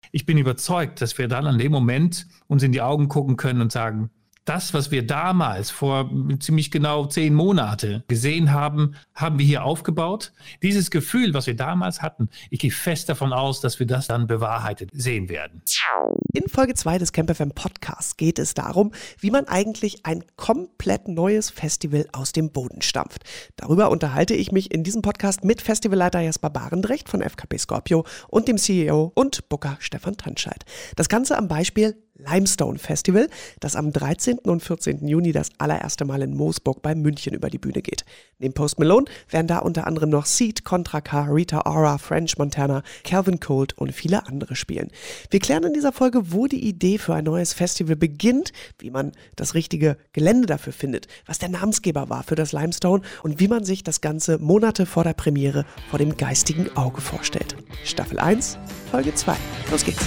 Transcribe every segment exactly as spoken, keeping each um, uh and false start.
Ich bin überzeugt, dass wir dann an dem Moment uns in die Augen gucken können und sagen, das, was wir damals vor ziemlich genau zehn Monate gesehen haben, haben wir hier aufgebaut. Dieses Gefühl, was wir damals hatten, ich gehe fest davon aus, dass wir das dann bewahrheitet sehen werden. In Folge zwei des Camp F M Podcasts geht es darum, wie man eigentlich ein komplett neues Festival aus dem Boden stampft. Darüber unterhalte ich mich in diesem Podcast mit Festivalleiter Jasper Barendrecht von F K P Scorpio und dem C E O und Booker Stefan Tanscheid. Das Ganze am Beispiel Limestone Festival, das am dreizehnten und vierzehnten Juni das allererste Mal in Moosburg bei München über die Bühne geht. Neben Post Malone werden da unter anderem noch Seed, Contra K, Rita Ora, French Montana, Calvin Colt und viele andere spielen. Wir klären in dieser Folge, wo die Idee für ein neues Festival beginnt, wie man das richtige Gelände dafür findet, was der Namensgeber war für das Limestone und wie man sich das Ganze Monate vor der Premiere vor dem geistigen Auge vorstellt. Staffel eins, Folge zwei. Los geht's.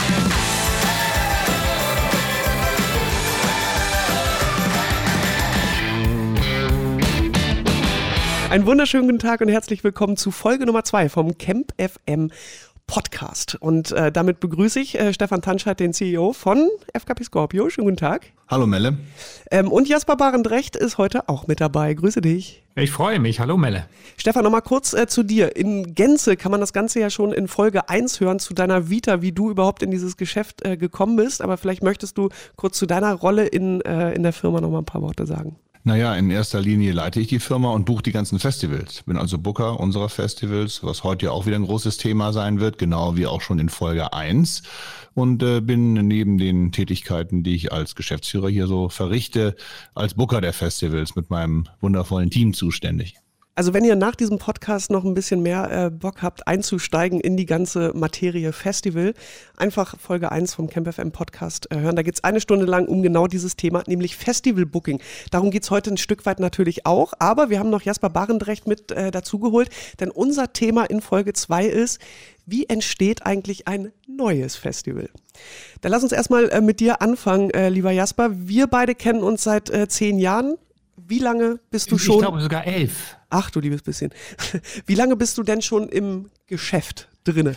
Einen wunderschönen guten Tag und herzlich willkommen zu Folge Nummer zwei vom Camp F M Podcast. Und äh, damit begrüße ich äh, Stefan Tanscheid, den C E O von F K P Scorpio. Schönen guten Tag. Hallo Melle. Ähm, und Jasper Barendrecht ist heute auch mit dabei. Grüße dich. Ich freue mich. Hallo Melle. Stefan, nochmal kurz äh, zu dir. In Gänze kann man das Ganze ja schon in Folge eins hören, zu deiner Vita, wie du überhaupt in dieses Geschäft äh, gekommen bist. Aber vielleicht möchtest du kurz zu deiner Rolle in, äh, in der Firma nochmal ein paar Worte sagen. Naja, in erster Linie leite ich die Firma und buche die ganzen Festivals. Bin also Booker unserer Festivals, was heute ja auch wieder ein großes Thema sein wird, genau wie auch schon in Folge eins. Und äh, bin neben den Tätigkeiten, die ich als Geschäftsführer hier so verrichte, als Booker der Festivals mit meinem wundervollen Team zuständig. Also wenn ihr nach diesem Podcast noch ein bisschen mehr äh, Bock habt, einzusteigen in die ganze Materie Festival, einfach Folge eins vom Camp F M Podcast äh, hören. Da geht es eine Stunde lang um genau dieses Thema, nämlich Festival Booking. Darum geht es heute ein Stück weit natürlich auch, aber wir haben noch Jasper Barendrecht mit äh, dazugeholt, denn unser Thema in Folge zwei ist, wie entsteht eigentlich ein neues Festival? Dann lass uns erstmal äh, mit dir anfangen, äh, lieber Jasper. Wir beide kennen uns seit äh, zehn Jahren. Wie lange bist du schon? Ich glaube sogar elf. Ach du liebes bisschen. Wie lange bist du denn schon im Geschäft drinne?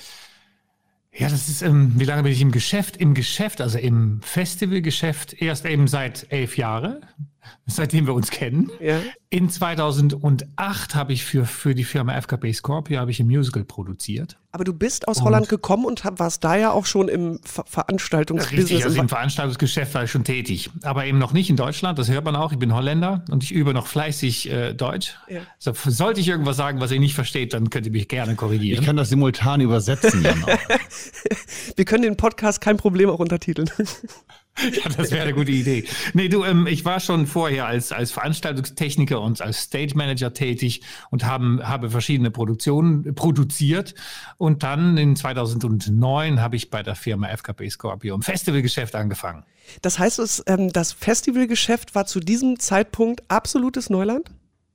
Ja, das ist, ähm, wie lange bin ich im Geschäft? Im Geschäft, also im Festivalgeschäft, erst eben seit elf Jahren, seitdem wir uns kennen. Ja. In zweitausendacht habe ich für, für die Firma F K P Scorpio habe ich ein Musical produziert. Aber du bist aus und Holland gekommen und hab, warst da ja auch schon im Ver- Veranstaltungsbusiness. Richtig, also im Veranstaltungsgeschäft war ich schon tätig. Aber eben noch nicht in Deutschland, das hört man auch. Ich bin Holländer und ich übe noch fleißig äh, Deutsch. Ja. So, sollte ich irgendwas sagen, was ihr nicht versteht, dann könnt ihr mich gerne korrigieren. Ich kann das simultan übersetzen. Dann auch. Wir können den Podcast kein Problem auch untertiteln. Ja, das wäre eine gute Idee. Nee, du, ähm, ich war schon vorher als, als Veranstaltungstechniker und als Stage Manager tätig und haben, habe verschiedene Produktionen produziert. Und dann in zweitausendneun habe ich bei der Firma F K P Scorpio im Festivalgeschäft angefangen. Das heißt, es, ähm, das Festivalgeschäft war zu diesem Zeitpunkt absolutes Neuland?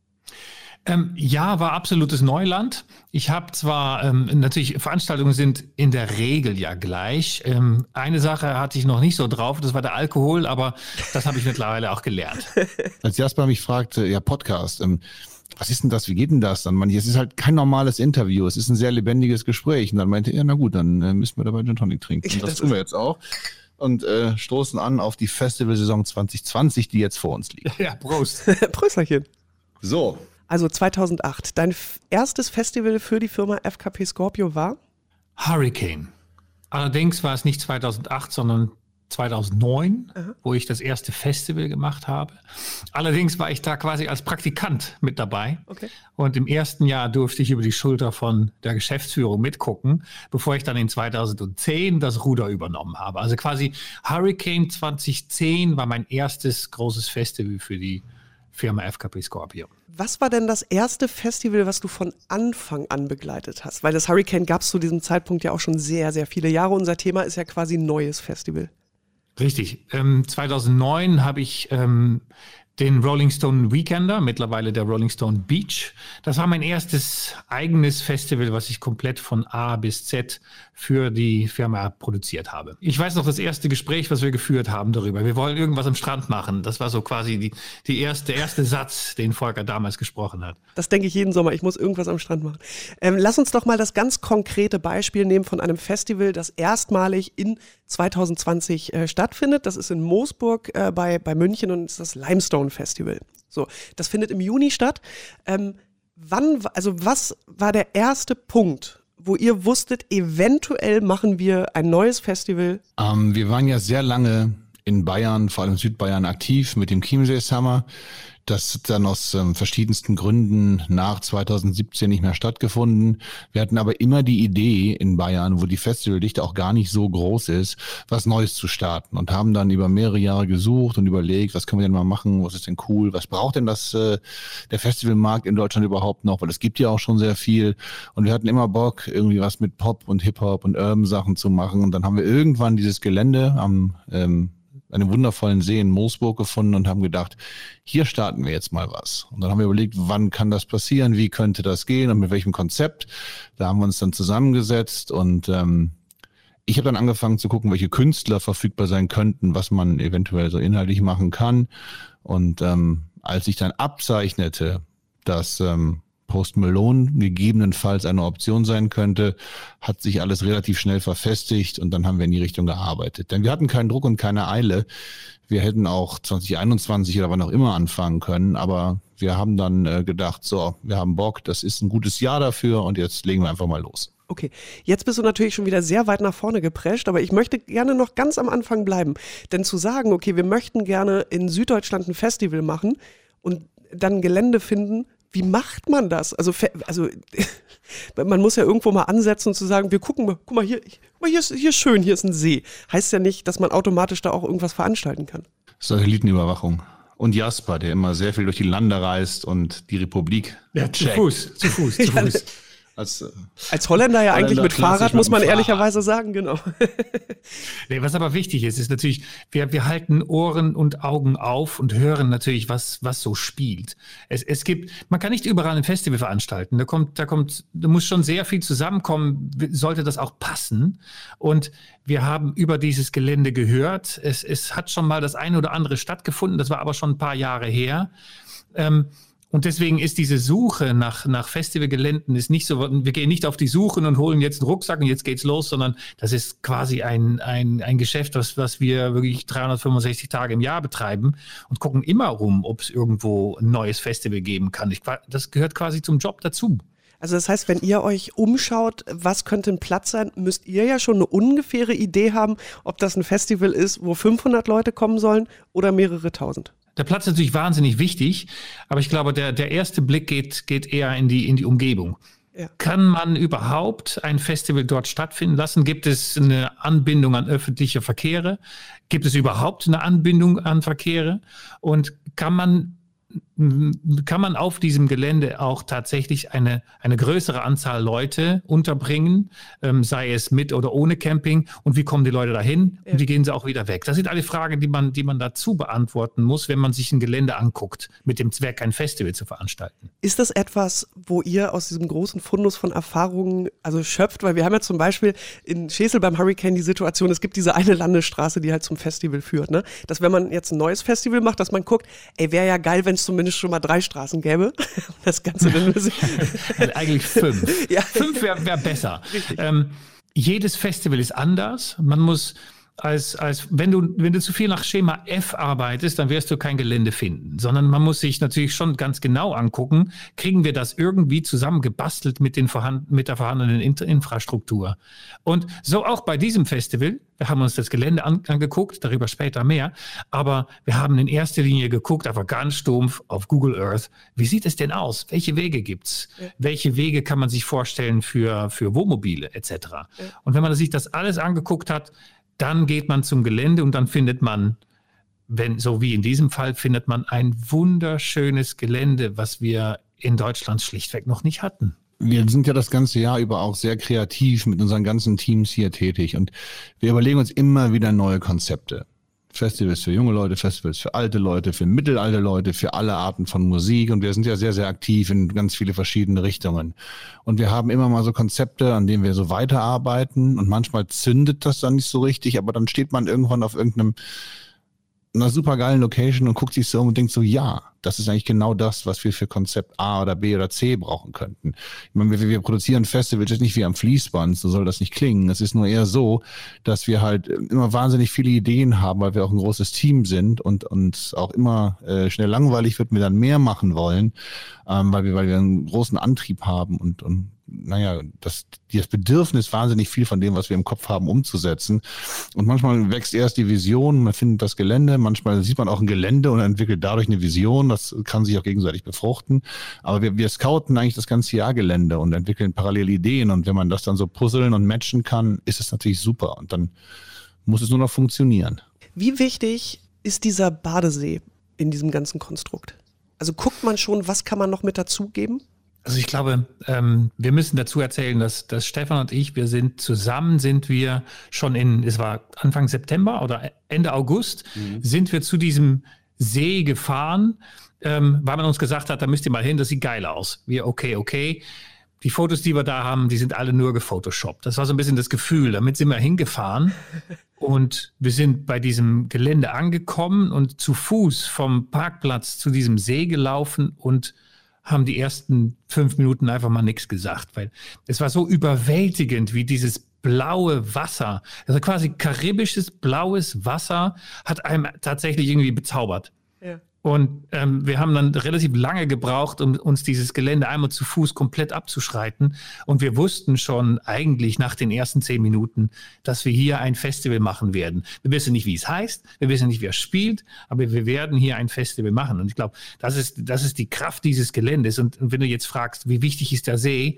Ähm, ja, war absolutes Neuland. Ich habe zwar, ähm, natürlich, Veranstaltungen sind in der Regel ja gleich. Ähm, eine Sache hatte ich noch nicht so drauf, das war der Alkohol, aber das habe ich mittlerweile auch gelernt. Als Jasper mich fragte, ja Podcast, ähm, was ist denn das, wie geht denn das? Dann meinte ich, es ist halt kein normales Interview, es ist ein sehr lebendiges Gespräch. Und dann meinte er, na gut, dann äh, müssen wir dabei Gin Tonic trinken. Und das, das tun wir jetzt auch. Und äh, stoßen an auf die Festivalsaison zwanzig zwanzig, die jetzt vor uns liegt. Ja, Prost. Prösterchen. So. Also zweitausendacht, dein f- erstes Festival für die Firma F K P Scorpio war? Hurricane. Allerdings war es nicht zweitausendacht, sondern zweitausendneun, Aha. wo ich das erste Festival gemacht habe. Allerdings war ich da quasi als Praktikant mit dabei. Okay. Und im ersten Jahr durfte ich über die Schulter von der Geschäftsführung mitgucken, bevor ich dann in zweitausendzehn das Ruder übernommen habe. Also quasi Hurricane zweitausendzehn war mein erstes großes Festival für die Firma F K P Scorpio. Was war denn das erste Festival, was du von Anfang an begleitet hast? Weil das Hurricane gab es zu diesem Zeitpunkt ja auch schon sehr, sehr viele Jahre. Unser Thema ist ja quasi ein neues Festival. Richtig. Ähm, zweitausendneun habe ich ähm, den Rolling Stone Weekender, mittlerweile der Rolling Stone Beach. Das war mein erstes eigenes Festival, was ich komplett von A bis Z für die Firma produziert habe. Ich weiß noch das erste Gespräch, was wir geführt haben darüber. Wir wollen irgendwas am Strand machen. Das war so quasi die, die erste, der erste Satz, den Volker damals gesprochen hat. Das denke ich jeden Sommer. Ich muss irgendwas am Strand machen. Ähm, lass uns doch mal das ganz konkrete Beispiel nehmen von einem Festival, das erstmalig in zwanzig zwanzig äh, stattfindet. Das ist in Moosburg äh, bei, bei München und ist das Limestone Festival. So, das findet im Juni statt. Ähm, wann, also was war der erste Punkt, wo ihr wusstet, eventuell machen wir ein neues Festival? Ähm, wir waren ja sehr lange in Bayern, vor allem Südbayern, aktiv mit dem Chiemsee Summer. Das hat dann aus ähm, verschiedensten Gründen nach zwanzig siebzehn nicht mehr stattgefunden. Wir hatten aber immer die Idee in Bayern, wo die Festivaldichte auch gar nicht so groß ist, was Neues zu starten und haben dann über mehrere Jahre gesucht und überlegt, was können wir denn mal machen, was ist denn cool, was braucht denn das äh, der Festivalmarkt in Deutschland überhaupt noch, weil es gibt ja auch schon sehr viel und wir hatten immer Bock, irgendwie was mit Pop und Hip-Hop und Urban Sachen zu machen und dann haben wir irgendwann dieses Gelände am ähm, einem wundervollen See in Moosburg gefunden und haben gedacht, hier starten wir jetzt mal was. Und dann haben wir überlegt, wann kann das passieren, wie könnte das gehen und mit welchem Konzept. Da haben wir uns dann zusammengesetzt und ähm, ich habe dann angefangen zu gucken, welche Künstler verfügbar sein könnten, was man eventuell so inhaltlich machen kann. Und ähm, als ich dann abzeichnete, dass ähm, Post Malone gegebenenfalls eine Option sein könnte, hat sich alles relativ schnell verfestigt und dann haben wir in die Richtung gearbeitet. Denn wir hatten keinen Druck und keine Eile. Wir hätten auch zwanzig einundzwanzig oder wann auch immer anfangen können, aber wir haben dann äh, gedacht, so, wir haben Bock, das ist ein gutes Jahr dafür und jetzt legen wir einfach mal los. Okay, jetzt bist du natürlich schon wieder sehr weit nach vorne geprescht, aber ich möchte gerne noch ganz am Anfang bleiben. Denn zu sagen, okay, wir möchten gerne in Süddeutschland ein Festival machen und dann ein Gelände finden, wie macht man das? Also, also man muss ja irgendwo mal ansetzen und zu sagen, wir gucken mal, guck mal, hier, guck mal, hier ist, hier ist schön, hier ist ein See. Heißt ja nicht, dass man automatisch da auch irgendwas veranstalten kann. Satellitenüberwachung. Und Jasper, der immer sehr viel durch die Lande reist und die Republik Ja, zu Fuß, zu Fuß, zu Fuß. Als, Als Holländer ja eigentlich mit Fahrrad, muss man ehrlicherweise Fahrrad. sagen, genau. Nee, was aber wichtig ist, ist natürlich, wir, wir halten Ohren und Augen auf und hören natürlich, was, was so spielt. Es, es gibt, man kann nicht überall ein Festival veranstalten. Da kommt, da kommt, da muss schon sehr viel zusammenkommen, sollte das auch passen. Und wir haben über dieses Gelände gehört. Es, es hat schon mal das eine oder andere stattgefunden, das war aber schon ein paar Jahre her. Ähm, Und deswegen ist diese Suche nach, nach Festivalgeländen ist nicht so, wir gehen nicht auf die Suche und holen jetzt einen Rucksack und jetzt geht's los, sondern das ist quasi ein, ein, ein Geschäft, was, was wir wirklich dreihundertfünfundsechzig Tage im Jahr betreiben und gucken immer rum, ob es irgendwo ein neues Festival geben kann. Ich, das gehört quasi zum Job dazu. Also das heißt, wenn ihr euch umschaut, was könnte ein Platz sein, müsst ihr ja schon eine ungefähre Idee haben, ob das ein Festival ist, wo fünfhundert Leute kommen sollen oder mehrere tausend. Der Platz ist natürlich wahnsinnig wichtig, aber ich glaube, der, der erste Blick geht, geht eher in die, in die Umgebung. Ja. Kann man überhaupt ein Festival dort stattfinden lassen? Gibt es eine Anbindung an öffentliche Verkehre? Gibt es überhaupt eine Anbindung an Verkehre? Und kann man kann man auf diesem Gelände auch tatsächlich eine, eine größere Anzahl Leute unterbringen, ähm, sei es mit oder ohne Camping, und wie kommen die Leute dahin ja. und wie gehen sie auch wieder weg? Das sind alle Fragen, die man, die man dazu beantworten muss, wenn man sich ein Gelände anguckt, mit dem Zweck, ein Festival zu veranstalten. Ist das etwas, wo ihr aus diesem großen Fundus von Erfahrungen also schöpft? Weil wir haben ja zum Beispiel in Schesel beim Hurricane die Situation, es gibt diese eine Landesstraße, die halt zum Festival führt, ne? Dass wenn man jetzt ein neues Festival macht, dass man guckt, ey, wäre ja geil, wenn es zumindest schon mal drei Straßen gäbe. Das Ganze dann nur Eigentlich fünf. Ja. Fünf wäre wär besser. Ähm, jedes Festival ist anders. Man muss als, als wenn du, wenn du zu viel nach Schema F arbeitest, dann wirst du kein Gelände finden, sondern man muss sich natürlich schon ganz genau angucken, kriegen wir das irgendwie zusammengebastelt mit den vorhanden, mit der vorhandenen Infrastruktur. Und so auch bei diesem Festival. Wir haben uns das Gelände an, angeguckt, darüber später mehr, aber wir haben in erster Linie geguckt, einfach ganz stumpf auf Google Earth, wie sieht es denn aus? Welche Wege gibt's? Ja. Welche Wege kann man sich vorstellen für, für Wohnmobile et cetera? Ja. Und wenn man sich das alles angeguckt hat, dann geht man zum Gelände und dann findet man, wenn so wie in diesem Fall, findet man ein wunderschönes Gelände, was wir in Deutschland schlichtweg noch nicht hatten. Wir sind ja das ganze Jahr über auch sehr kreativ mit unseren ganzen Teams hier tätig und wir überlegen uns immer wieder neue Konzepte. Festivals für junge Leute, Festivals für alte Leute, für mittelalte Leute, für alle Arten von Musik. Und wir sind ja sehr, sehr aktiv in ganz viele verschiedene Richtungen. Und wir haben immer mal so Konzepte, an denen wir so weiterarbeiten. Und manchmal zündet das dann nicht so richtig, aber dann steht man irgendwann auf irgendeinem einer super geilen Location und guckt sich so um und denkt so, ja, das ist eigentlich genau das, was wir für Konzept A oder B oder C brauchen könnten. Ich meine, wir, wir produzieren Festivals jetzt nicht wie am Fließband, so soll das nicht klingen. Es ist nur eher so, dass wir halt immer wahnsinnig viele Ideen haben, weil wir auch ein großes Team sind und uns auch immer äh, schnell langweilig wird, wir dann mehr machen wollen, ähm, weil wir, weil wir einen großen Antrieb haben und, und naja, das, das Bedürfnis, wahnsinnig viel von dem, was wir im Kopf haben, umzusetzen. Und manchmal wächst erst die Vision, man findet das Gelände, manchmal sieht man auch ein Gelände und entwickelt dadurch eine Vision, das kann sich auch gegenseitig befruchten. Aber wir, wir scouten eigentlich das ganze Jahr Gelände und entwickeln parallel Ideen. Und wenn man das dann so puzzeln und matchen kann, ist es natürlich super. Und dann muss es nur noch funktionieren. Wie wichtig ist dieser Badesee in diesem ganzen Konstrukt? Also guckt man schon, was kann man noch mit dazugeben? Also ich glaube, ähm, wir müssen dazu erzählen, dass, dass Stefan und ich, wir sind zusammen, sind wir schon in, es war Anfang September oder Ende August, mhm. sind wir zu diesem See gefahren, ähm, weil man uns gesagt hat, da müsst ihr mal hin, das sieht geil aus. Wir, okay, okay. Die Fotos, die wir da haben, die sind alle nur gefotoshoppt. Das war so ein bisschen das Gefühl. Damit sind wir hingefahren und wir sind bei diesem Gelände angekommen und zu Fuß vom Parkplatz zu diesem See gelaufen und haben die ersten fünf Minuten einfach mal nichts gesagt, weil es war so überwältigend, wie dieses blaue Wasser, also quasi karibisches blaues Wasser, hat einem tatsächlich irgendwie bezaubert. Ja. Und ähm, wir haben dann relativ lange gebraucht, um uns dieses Gelände einmal zu Fuß komplett abzuschreiten. Und wir wussten schon eigentlich nach den ersten zehn Minuten, dass wir hier ein Festival machen werden. Wir wissen nicht, wie es heißt, wir wissen nicht, wer spielt, aber wir werden hier ein Festival machen. Und ich glaube, das ist, das ist die Kraft dieses Geländes. Und, und wenn du jetzt fragst, wie wichtig ist der See,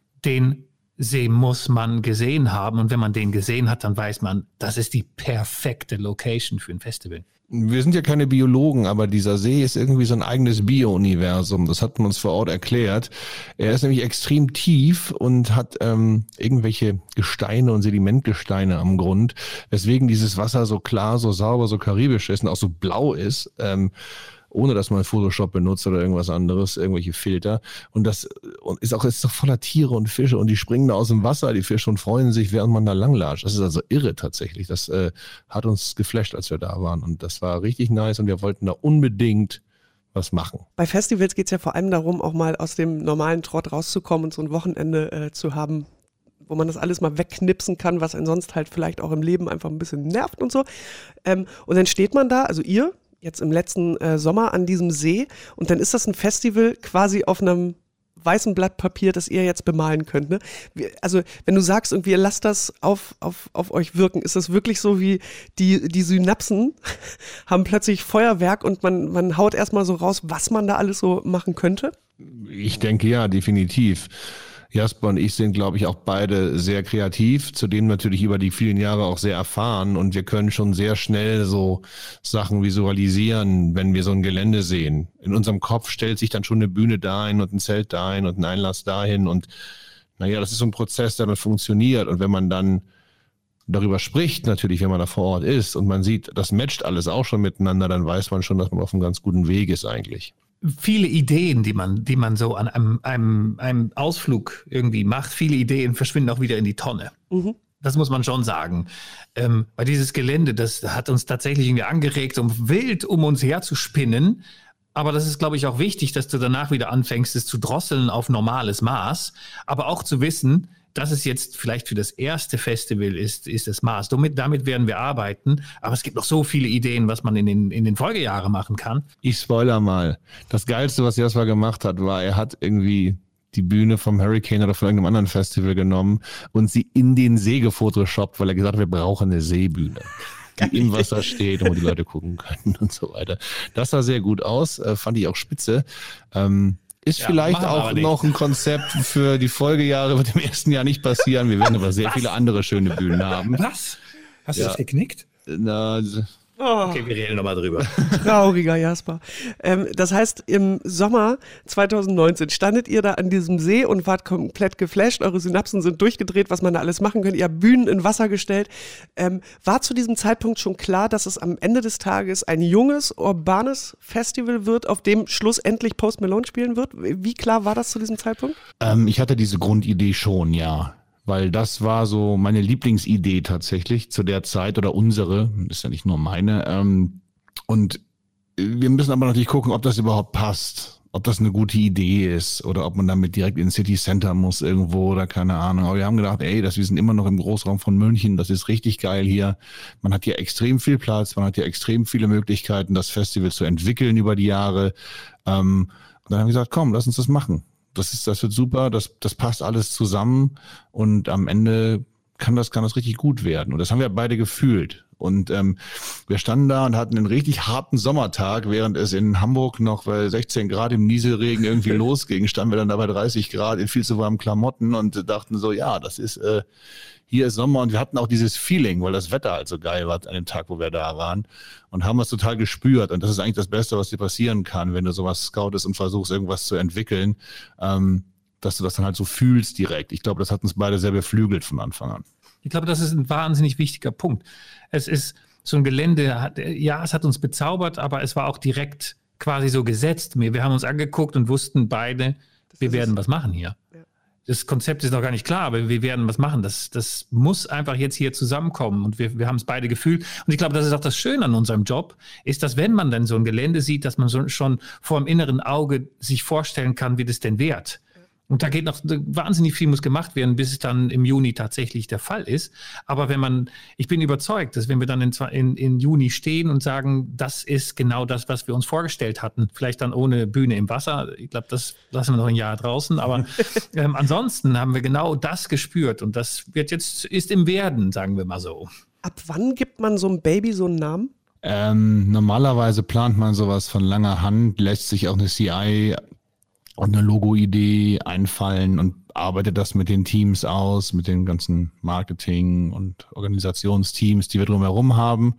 den See muss man gesehen haben. Und wenn man den gesehen hat, dann weiß man, das ist die perfekte Location für ein Festival. Wir sind ja keine Biologen, aber dieser See ist irgendwie so ein eigenes Bio-Universum. Das hat man uns vor Ort erklärt. Er ist nämlich extrem tief und hat ähm, irgendwelche Gesteine und Sedimentgesteine am Grund, weswegen dieses Wasser so klar, so sauber, so karibisch ist und auch so blau ist. Ähm, ohne dass man Photoshop benutzt oder irgendwas anderes, irgendwelche Filter. Und das ist auch ist doch voller Tiere und Fische und die springen da aus dem Wasser, die Fische, und freuen sich, während man da langlatscht. Das ist also irre tatsächlich. Das äh, hat uns geflasht, als wir da waren. Und das war richtig nice und wir wollten da unbedingt was machen. Bei Festivals geht es ja vor allem darum, auch mal aus dem normalen Trott rauszukommen und so ein Wochenende äh, zu haben, wo man das alles mal wegknipsen kann, was einen sonst halt vielleicht auch im Leben einfach ein bisschen nervt und so. Ähm, und dann steht man da, also ihr, jetzt im letzten äh, Sommer an diesem See, und dann ist das ein Festival quasi auf einem weißen Blatt Papier, das ihr jetzt bemalen könnt. Ne? Wie, also wenn du sagst, irgendwie ihr lasst das auf, auf, auf euch wirken, ist das wirklich so wie die, die Synapsen haben plötzlich Feuerwerk und man, man haut erstmal so raus, was man da alles so machen könnte? Ich denke ja, definitiv. Jasper und ich sind, glaube ich, auch beide sehr kreativ, zudem natürlich über die vielen Jahre auch sehr erfahren, und wir können schon sehr schnell so Sachen visualisieren, wenn wir so ein Gelände sehen. In unserem Kopf stellt sich dann schon eine Bühne dahin und ein Zelt dahin und ein Einlass dahin, und naja, das ist so ein Prozess, der dann funktioniert, und wenn man dann darüber spricht, natürlich, wenn man da vor Ort ist und man sieht, das matcht alles auch schon miteinander, dann weiß man schon, dass man auf einem ganz guten Weg ist eigentlich. Viele Ideen, die man, die man so an einem, einem, einem Ausflug irgendwie macht, viele Ideen verschwinden auch wieder in die Tonne. Mhm. Das muss man schon sagen. Ähm, weil dieses Gelände, das hat uns tatsächlich irgendwie angeregt, um wild um uns her zu spinnen. Aber das ist, glaube ich, auch wichtig, dass du danach wieder anfängst, es zu drosseln auf normales Maß. Aber auch zu wissen, dass es jetzt vielleicht für das erste Festival ist, ist das Maß. Damit, damit werden wir arbeiten. Aber es gibt noch so viele Ideen, was man in den, in den Folgejahren machen kann. Ich spoiler mal. Das Geilste, was Jasper gemacht hat, war, er hat irgendwie die Bühne vom Hurricane oder von irgendeinem anderen Festival genommen und sie in den See gefotoshoppt, weil er gesagt hat, wir brauchen eine Seebühne, die im Wasser steht und wo die Leute gucken können und so weiter. Das sah sehr gut aus, äh, fand ich auch spitze. Ähm, Ist ja, vielleicht auch noch ein Konzept für die Folgejahre, wird im ersten Jahr nicht passieren. Wir werden aber sehr Was? viele andere schöne Bühnen haben. Was? Hast ja. du das geknickt? Na, Oh. Okay, wir reden nochmal drüber. Trauriger Jasper. Ähm, das heißt, im Sommer zwanzig neunzehn standet ihr da an diesem See und wart komplett geflasht. Eure Synapsen sind durchgedreht, was man da alles machen könnte. Ihr habt Bühnen in Wasser gestellt. Ähm, war zu diesem Zeitpunkt schon klar, dass es am Ende des Tages ein junges, urbanes Festival wird, auf dem schlussendlich Post Malone spielen wird? Wie klar war das zu diesem Zeitpunkt? Ähm, ich hatte diese Grundidee schon, ja. Weil das war so meine Lieblingsidee tatsächlich zu der Zeit oder unsere, ist ja nicht nur meine. Ähm, und wir müssen aber natürlich gucken, ob das überhaupt passt, ob das eine gute Idee ist oder ob man damit direkt in City Center muss irgendwo oder keine Ahnung. Aber wir haben gedacht, ey, das, wir sind immer noch im Großraum von München, das ist richtig geil hier. Man hat hier extrem viel Platz, man hat hier extrem viele Möglichkeiten, das Festival zu entwickeln über die Jahre. Ähm, und dann haben wir gesagt, komm, lass uns das machen. Das ist, das wird super, das, das passt alles zusammen und am Ende kann das, kann das richtig gut werden. Und das haben wir beide gefühlt. Und ähm, wir standen da und hatten einen richtig harten Sommertag, während es in Hamburg noch bei sechzehn Grad im Nieselregen irgendwie losging, standen wir dann da bei dreißig Grad in viel zu warmen Klamotten und dachten so, ja, das ist, äh, hier ist Sommer und wir hatten auch dieses Feeling, weil das Wetter halt so geil war an dem Tag, wo wir da waren und haben es total gespürt und das ist eigentlich das Beste, was dir passieren kann, wenn du sowas scoutest und versuchst, irgendwas zu entwickeln, ähm, dass du das dann halt so fühlst direkt. Ich glaube, das hat uns beide sehr beflügelt von Anfang an. Ich glaube, das ist ein wahnsinnig wichtiger Punkt. Es ist so ein Gelände, hat, ja, es hat uns bezaubert, aber es war auch direkt quasi so gesetzt. Wir haben uns angeguckt und wussten beide, das wir werden es. was machen hier. Ja. Das Konzept ist noch gar nicht klar, aber wir werden was machen. Das, das muss einfach jetzt hier zusammenkommen und wir, wir haben es beide gefühlt. Und ich glaube, das ist auch das Schöne an unserem Job, ist, dass wenn man dann so ein Gelände sieht, dass man so schon vor dem inneren Auge sich vorstellen kann, wie das denn wird. Und da geht noch wahnsinnig viel, muss gemacht werden, bis es dann im Juni tatsächlich der Fall ist. Aber wenn man, ich bin überzeugt, dass wenn wir dann in, in, in Juni stehen und sagen, das ist genau das, was wir uns vorgestellt hatten, vielleicht dann ohne Bühne im Wasser, ich glaube, das lassen wir noch ein Jahr draußen, aber ähm, ansonsten haben wir genau das gespürt und das wird jetzt, ist im Werden, sagen wir mal so. Ab wann gibt man so einem Baby so einen Namen? Ähm, normalerweise plant man sowas von langer Hand, lässt sich auch eine C I und eine Logo-Idee einfallen und arbeitet das mit den Teams aus, mit den ganzen Marketing- und Organisationsteams, die wir drumherum haben.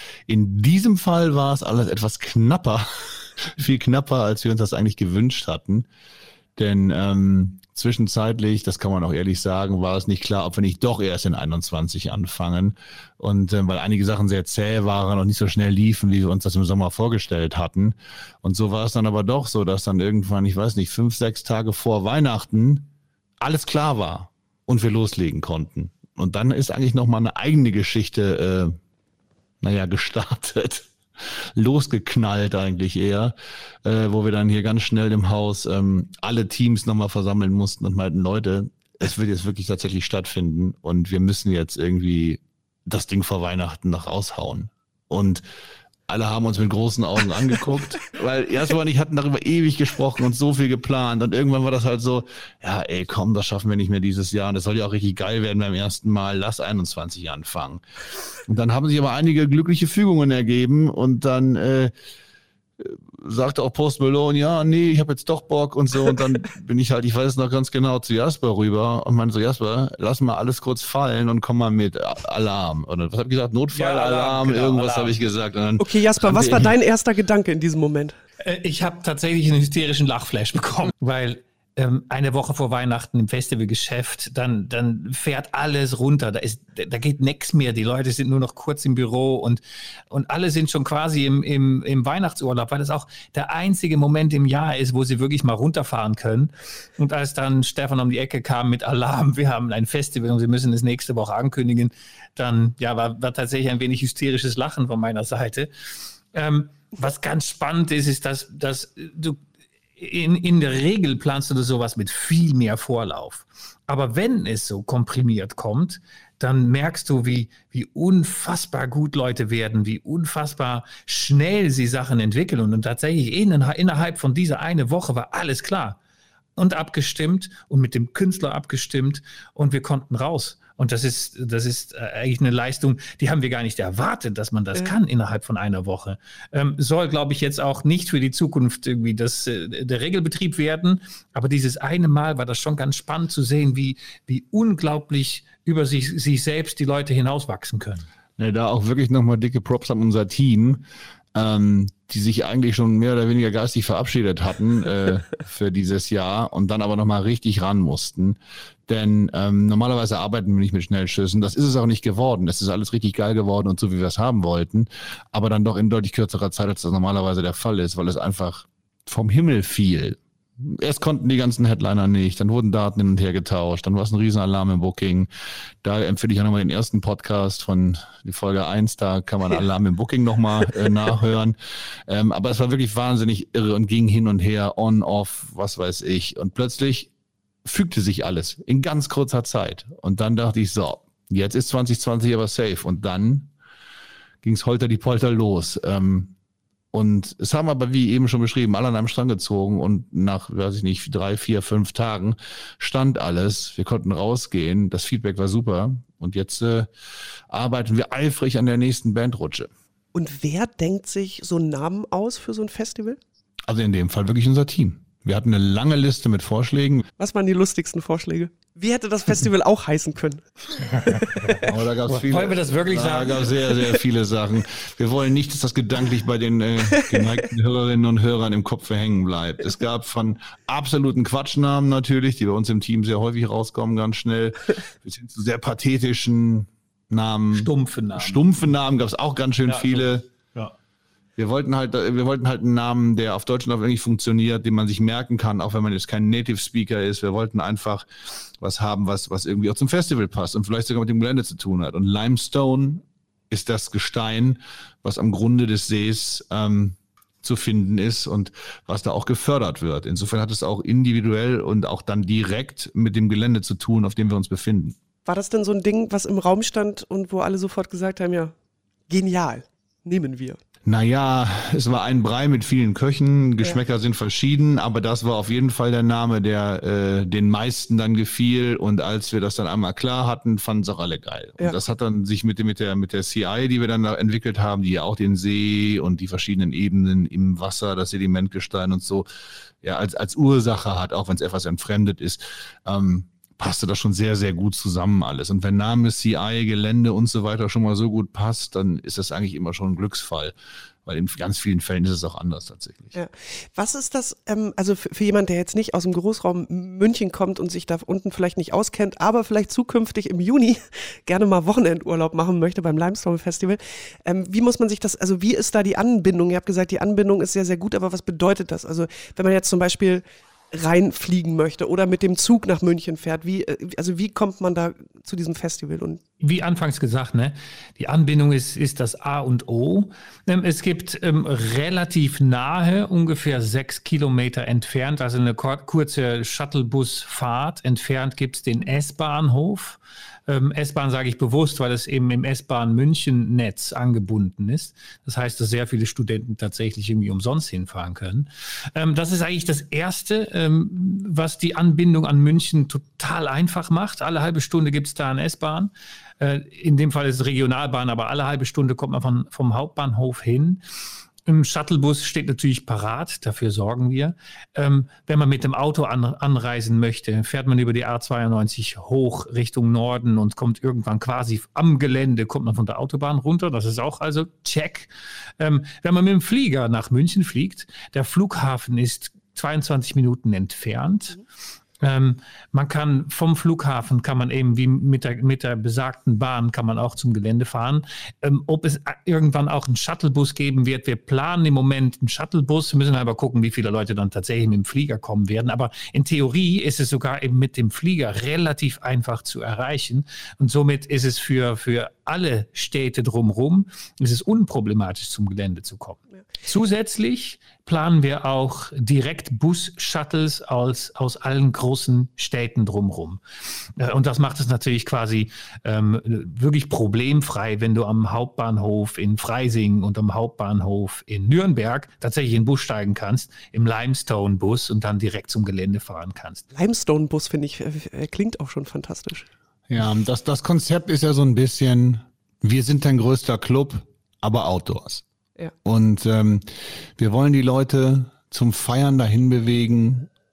In diesem Fall war es alles etwas knapper, viel knapper, als wir uns das eigentlich gewünscht hatten. Denn ähm, zwischenzeitlich, das kann man auch ehrlich sagen, war es nicht klar, ob wir nicht doch erst in einundzwanzig anfangen. Und äh, weil einige Sachen sehr zäh waren und nicht so schnell liefen, wie wir uns das im Sommer vorgestellt hatten. Und so war es dann aber doch so, dass dann irgendwann, ich weiß nicht, fünf, sechs Tage vor Weihnachten alles klar war und wir loslegen konnten. Und dann ist eigentlich nochmal eine eigene Geschichte, äh, naja, gestartet. Losgeknallt eigentlich eher, äh, wo wir dann hier ganz schnell im Haus ähm, alle Teams nochmal versammeln mussten und meinten, Leute, es wird jetzt wirklich tatsächlich stattfinden und wir müssen jetzt irgendwie das Ding vor Weihnachten noch raushauen. Und alle haben uns mit großen Augen angeguckt, weil Jasper und ich hatten darüber ewig gesprochen und so viel geplant und irgendwann war das halt so, ja ey komm, das schaffen wir nicht mehr dieses Jahr und das soll ja auch richtig geil werden beim ersten Mal, lass einundzwanzig anfangen. Und dann haben sich aber einige glückliche Fügungen ergeben und dann äh, sagte auch Post Malone, ja, nee, ich habe jetzt doch Bock und so. Und dann bin ich halt, ich weiß es noch ganz genau, zu Jasper rüber und meinte so, Jasper, lass mal alles kurz fallen und komm mal mit Alarm. Oder was habe ich gesagt? Notfallalarm, ja, Alarm, genau, irgendwas habe ich gesagt. Und dann okay, Jasper, was war dein erster Gedanke in diesem Moment? Ich habe tatsächlich einen hysterischen Lachflash bekommen, weil ähm, eine Woche vor Weihnachten im Festivalgeschäft, dann, dann fährt alles runter, da, ist, da geht nichts mehr, die Leute sind nur noch kurz im Büro und, und alle sind schon quasi im, im, im Weihnachtsurlaub, weil das auch der einzige Moment im Jahr ist, wo sie wirklich mal runterfahren können. Und als dann Stefan um die Ecke kam mit Alarm, wir haben ein Festival und sie müssen es nächste Woche ankündigen, dann ja, war, war tatsächlich ein wenig hysterisches Lachen von meiner Seite. Ähm, was ganz spannend ist, ist, dass, dass du In, in der Regel planst du sowas mit viel mehr Vorlauf. Aber wenn es so komprimiert kommt, dann merkst du, wie, wie unfassbar gut Leute werden, wie unfassbar schnell sie Sachen entwickeln. Und, und tatsächlich in, innerhalb von dieser eine Woche war alles klar und abgestimmt und mit dem Künstler abgestimmt und wir konnten raus. Und das ist, das ist eigentlich eine Leistung, die haben wir gar nicht erwartet, dass man das ja. kann innerhalb von einer Woche. Ähm, soll, glaube ich, jetzt auch nicht für die Zukunft irgendwie das, äh, der Regelbetrieb werden. Aber dieses eine Mal war das schon ganz spannend zu sehen, wie, wie unglaublich über sich, sich selbst die Leute hinauswachsen können. Ja, da auch wirklich nochmal dicke Props an unser Team, ähm, die sich eigentlich schon mehr oder weniger geistig verabschiedet hatten äh, für dieses Jahr und dann aber nochmal richtig ran mussten. Denn ähm, normalerweise arbeiten wir nicht mit Schnellschüssen. Das ist es auch nicht geworden. Es ist alles richtig geil geworden und so, wie wir es haben wollten. Aber dann doch in deutlich kürzerer Zeit, als das normalerweise der Fall ist, weil es einfach vom Himmel fiel. Erst konnten die ganzen Headliner nicht, dann wurden Daten hin und her getauscht, dann war es ein Riesenalarm im Booking. Da empfehle ich auch nochmal den ersten Podcast von die Folge eins, da kann man Alarm im Booking nochmal äh, nachhören. Ähm, aber es war wirklich wahnsinnig irre und ging hin und her, on, off, was weiß ich. Und plötzlich fügte sich alles in ganz kurzer Zeit. Und dann dachte ich, so, jetzt ist zwanzig zwanzig aber safe. Und dann ging es holter die Polter los. Ähm, Und es haben aber, wie eben schon beschrieben, alle an einem Strang gezogen und nach, weiß ich nicht, drei, vier, fünf Tagen stand alles. Wir konnten rausgehen. Das Feedback war super. Und jetzt äh, arbeiten wir eifrig an der nächsten Bandrutsche. Und wer denkt sich so einen Namen aus für so ein Festival? Also in dem Fall wirklich unser Team. Wir hatten eine lange Liste mit Vorschlägen. Was waren die lustigsten Vorschläge? Wie hätte das Festival auch heißen können? Aber da gab's viele, wollen wir das wirklich da sagen? Da gab es sehr, sehr viele Sachen. Wir wollen nicht, dass das gedanklich bei den äh, geneigten Hörerinnen und Hörern im Kopf hängen bleibt. Es gab von absoluten Quatschnamen natürlich, die bei uns im Team sehr häufig rauskommen, ganz schnell, bis hin zu sehr pathetischen Namen. Stumpfe Namen. Stumpfe Namen gab es auch ganz schön ja, viele. Ja. Wir wollten halt, wir wollten halt einen Namen, der auf Deutsch und auf Englisch funktioniert, den man sich merken kann, auch wenn man jetzt kein Native Speaker ist. Wir wollten einfach was haben, was, was irgendwie auch zum Festival passt und vielleicht sogar mit dem Gelände zu tun hat. Und Limestone ist das Gestein, was am Grunde des Sees ähm, zu finden ist und was da auch gefördert wird. Insofern hat es auch individuell und auch dann direkt mit dem Gelände zu tun, auf dem wir uns befinden. War das denn so ein Ding, was im Raum stand und wo alle sofort gesagt haben, ja, genial, nehmen wir? Naja, es war ein Brei mit vielen Köchen, Geschmäcker ja. sind verschieden, aber das war auf jeden Fall der Name, der äh, den meisten dann gefiel und als wir das dann einmal klar hatten, fanden es auch alle geil. Ja. Und das hat dann sich mit, mit, der, mit der C I, die wir dann da entwickelt haben, die ja auch den See und die verschiedenen Ebenen im Wasser, das Sedimentgestein und so, ja, als, als Ursache hat, auch wenn es etwas entfremdet ist, ähm, passte das schon sehr, sehr gut zusammen alles. Und wenn Name, C I, Gelände und so weiter schon mal so gut passt, dann ist das eigentlich immer schon ein Glücksfall. Weil in ganz vielen Fällen ist es auch anders tatsächlich. Ja. Was ist das, ähm, also für, für jemanden, der jetzt nicht aus dem Großraum München kommt und sich da unten vielleicht nicht auskennt, aber vielleicht zukünftig im Juni gerne mal Wochenendurlaub machen möchte beim Limestone Festival. Ähm, wie muss man sich das, also wie ist da die Anbindung? Ihr habt gesagt, die Anbindung ist sehr, sehr gut, aber was bedeutet das? Also wenn man jetzt zum Beispiel reinfliegen möchte oder mit dem Zug nach München fährt. Wie, also wie kommt man da zu diesem Festival? Und wie anfangs gesagt, ne, die Anbindung ist, ist das A und O. Ähm, es gibt ähm, relativ nahe, ungefähr sechs Kilometer entfernt, also eine kur- kurze Shuttlebusfahrt entfernt, gibt es den S-Bahnhof. Ähm, S-Bahn sage ich bewusst, weil es eben im S-Bahn-München-Netz angebunden ist. Das heißt, dass sehr viele Studenten tatsächlich irgendwie umsonst hinfahren können. Ähm, das ist eigentlich das Erste, ähm, was die Anbindung an München total einfach macht. Alle halbe Stunde gibt es da eine S-Bahn. Äh, in dem Fall ist es Regionalbahn, aber alle halbe Stunde kommt man von, vom Hauptbahnhof hin. Im Shuttlebus steht natürlich parat, dafür sorgen wir. Ähm, wenn man mit dem Auto an, anreisen möchte, fährt man über die A zweiundneunzig hoch Richtung Norden und kommt irgendwann quasi am Gelände, kommt man von der Autobahn runter. Das ist auch also check. Ähm, wenn man mit dem Flieger nach München fliegt, der Flughafen ist zweiundzwanzig Minuten entfernt. Mhm. Ähm, man kann vom Flughafen, kann man eben wie mit der, mit der besagten Bahn, kann man auch zum Gelände fahren. Ähm, ob es irgendwann auch einen Shuttlebus geben wird, wir planen im Moment einen Shuttlebus, wir müssen aber gucken, wie viele Leute dann tatsächlich mit dem Flieger kommen werden. Aber in Theorie ist es sogar eben mit dem Flieger relativ einfach zu erreichen. Und somit ist es für, für alle Städte drumherum, ist es unproblematisch zum Gelände zu kommen. Ja. Zusätzlich planen wir auch direkt Bus-Shuttles aus, aus allen großen Städten drumherum. Und das macht es natürlich quasi ähm, wirklich problemfrei, wenn du am Hauptbahnhof in Freising und am Hauptbahnhof in Nürnberg tatsächlich in den Bus steigen kannst, im Limestone-Bus und dann direkt zum Gelände fahren kannst. Limestone-Bus, finde ich, äh, klingt auch schon fantastisch. Ja, das, das Konzept ist ja so ein bisschen, wir sind dein größter Club, aber Outdoors. Ja. Und ähm, wir wollen die Leute zum Feiern dahin bewegen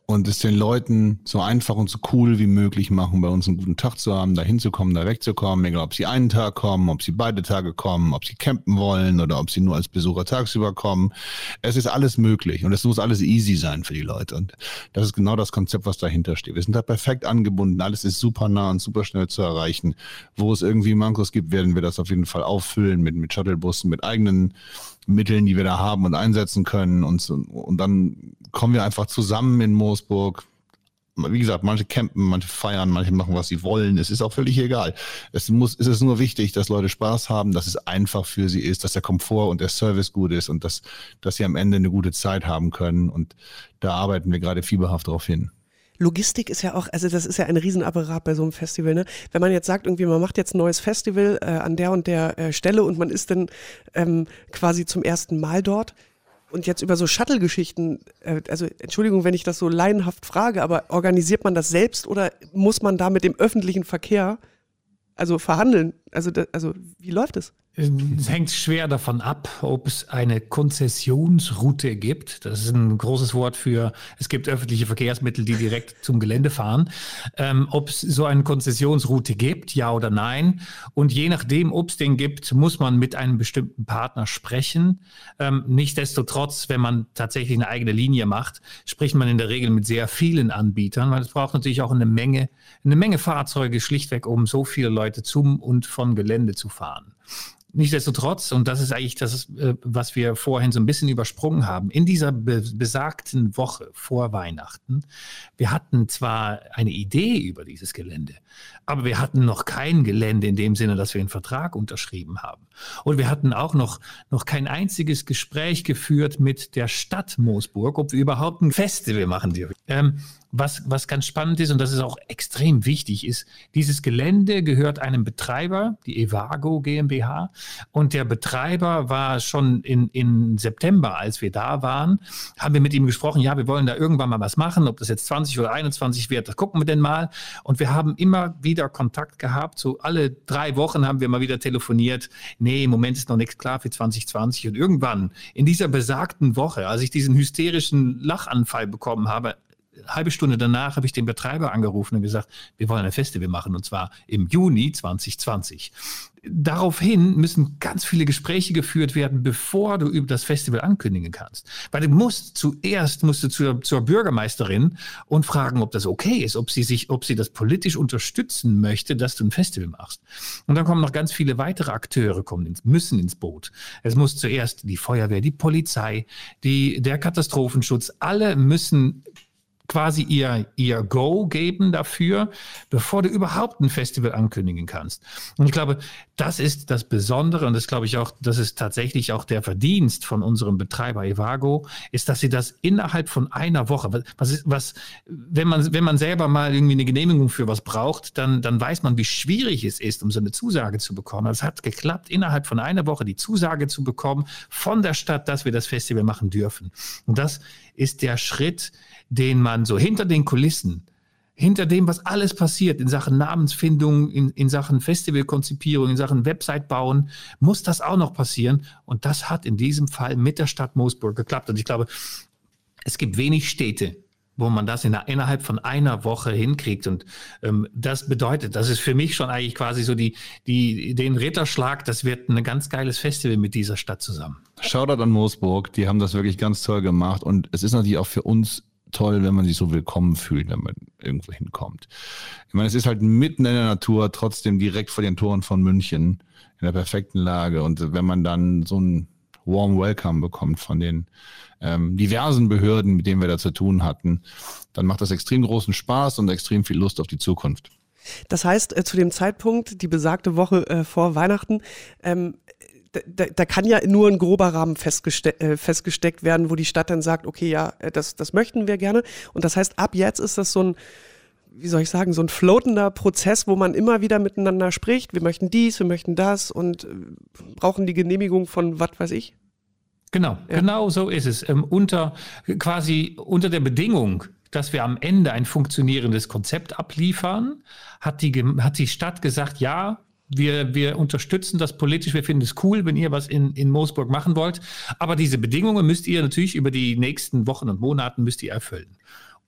und es den Leuten so einfach und so cool wie möglich machen, bei uns einen guten Tag zu haben, da hinzukommen, da wegzukommen, egal ob sie einen Tag kommen, ob sie beide Tage kommen, ob sie campen wollen oder ob sie nur als Besucher tagsüber kommen. Es ist alles möglich und es muss alles easy sein für die Leute und das ist genau das Konzept, was dahinter steht. Wir sind da perfekt angebunden, alles ist super nah und super schnell zu erreichen. Wo es irgendwie Mankos gibt, werden wir das auf jeden Fall auffüllen mit, mit Shuttlebussen, mit eigenen Mitteln, die wir da haben und einsetzen können und, so, und dann kommen wir einfach zusammen in Moosburg. Wie gesagt, manche campen, manche feiern, manche machen, was sie wollen. Es ist auch völlig egal. Es muss, es ist nur wichtig, dass Leute Spaß haben, dass es einfach für sie ist, dass der Komfort und der Service gut ist und dass, dass sie am Ende eine gute Zeit haben können. Und da arbeiten wir gerade fieberhaft drauf hin. Logistik ist ja auch, also das ist ja ein Riesenapparat bei so einem Festival, ne? Wenn man jetzt sagt, irgendwie, man macht jetzt ein neues Festival äh, an der und der äh, Stelle und man ist dann ähm, quasi zum ersten Mal dort und jetzt über so Shuttle-Geschichten, äh, also Entschuldigung, wenn ich das so laienhaft frage, aber organisiert man das selbst oder muss man da mit dem öffentlichen Verkehr also verhandeln? Also, da, also wie läuft es? Es hängt schwer davon ab, ob es eine Konzessionsroute gibt. Das ist ein großes Wort für, es gibt öffentliche Verkehrsmittel, die direkt zum Gelände fahren. Ähm, ob es so eine Konzessionsroute gibt, ja oder nein. Und je nachdem, ob es den gibt, muss man mit einem bestimmten Partner sprechen. Ähm, nichtsdestotrotz, wenn man tatsächlich eine eigene Linie macht, spricht man in der Regel mit sehr vielen Anbietern, weil es braucht natürlich auch eine Menge, eine Menge Fahrzeuge schlichtweg, um so viele Leute zum und von Gelände zu fahren. Nichtsdestotrotz, und das ist eigentlich das, was wir vorhin so ein bisschen übersprungen haben, in dieser be- besagten Woche vor Weihnachten, wir hatten zwar eine Idee über dieses Gelände, aber wir hatten noch kein Gelände in dem Sinne, dass wir einen Vertrag unterschrieben haben. Und wir hatten auch noch, noch kein einziges Gespräch geführt mit der Stadt Moosburg, ob wir überhaupt ein Festival machen dürfen. Ähm, was, was ganz spannend ist und das ist auch extrem wichtig ist, dieses Gelände gehört einem Betreiber, die Evago GmbH. Und der Betreiber war schon in, in September, als wir da waren, haben wir mit ihm gesprochen, ja, wir wollen da irgendwann mal was machen, ob das jetzt zwanzig oder einundzwanzig wird, das gucken wir denn mal. Und wir haben immer wieder Kontakt gehabt, so alle drei Wochen haben wir mal wieder telefoniert, nee, im Moment ist noch nichts klar für zwanzig zwanzig. Und irgendwann in dieser besagten Woche, als ich diesen hysterischen Lachanfall bekommen habe, eine halbe Stunde danach habe ich den Betreiber angerufen und gesagt, wir wollen ein Festival machen und zwar im Juni zwanzig zwanzig. Daraufhin müssen ganz viele Gespräche geführt werden, bevor du über das Festival ankündigen kannst. Weil du musst zuerst musst du zur, zur Bürgermeisterin und fragen, ob das okay ist, ob sie sich, ob sie das politisch unterstützen möchte, dass du ein Festival machst. Und dann kommen noch ganz viele weitere Akteure, kommen ins, müssen ins Boot. Es muss zuerst die Feuerwehr, die Polizei, die, der Katastrophenschutz, alle müssen quasi ihr, ihr Go geben dafür, bevor du überhaupt ein Festival ankündigen kannst. Und ich glaube, das ist das Besondere und das glaube ich auch, das ist tatsächlich auch der Verdienst von unserem Betreiber Evago, ist, dass sie das innerhalb von einer Woche, was ist, was, wenn man, wenn man selber mal irgendwie eine Genehmigung für was braucht, dann, dann weiß man, wie schwierig es ist, um so eine Zusage zu bekommen. Es hat geklappt, innerhalb von einer Woche die Zusage zu bekommen von der Stadt, dass wir das Festival machen dürfen. Und das ist der Schritt, den man so hinter den Kulissen, hinter dem, was alles passiert in Sachen Namensfindung, in, in Sachen Festivalkonzipierung, in Sachen Website bauen, muss das auch noch passieren. Und das hat in diesem Fall mit der Stadt Moosburg geklappt. Und ich glaube, es gibt wenig Städte, wo man das in, innerhalb von einer Woche hinkriegt. Und ähm, das bedeutet, das ist für mich schon eigentlich quasi so die, die, den Ritterschlag, das wird ein ganz geiles Festival mit dieser Stadt zusammen. Shoutout an Moosburg, die haben das wirklich ganz toll gemacht. Und es ist natürlich auch für uns toll, wenn man sich so willkommen fühlt, wenn man irgendwo hinkommt. Ich meine, es ist halt mitten in der Natur, trotzdem direkt vor den Toren von München, in der perfekten Lage. Und wenn man dann so ein Warm Welcome bekommt von den ähm, diversen Behörden, mit denen wir da zu tun hatten, dann macht das extrem großen Spaß und extrem viel Lust auf die Zukunft. Das heißt, äh, zu dem Zeitpunkt, die besagte Woche äh, vor Weihnachten, ähm, Da, da kann ja nur ein grober Rahmen festgeste- äh, festgesteckt werden, wo die Stadt dann sagt, okay, ja, das, das möchten wir gerne. Und das heißt, ab jetzt ist das so ein, wie soll ich sagen, so ein floatender Prozess, wo man immer wieder miteinander spricht. Wir möchten dies, wir möchten das und äh, brauchen die Genehmigung von was weiß ich. Genau, ja. Genau so ist es. Ähm, unter quasi unter der Bedingung, dass wir am Ende ein funktionierendes Konzept abliefern, hat die, hat die Stadt gesagt, ja, Wir, wir unterstützen das politisch, wir finden es cool, wenn ihr was in, in Moosburg machen wollt. Aber diese Bedingungen müsst ihr natürlich über die nächsten Wochen und Monaten müsst ihr erfüllen.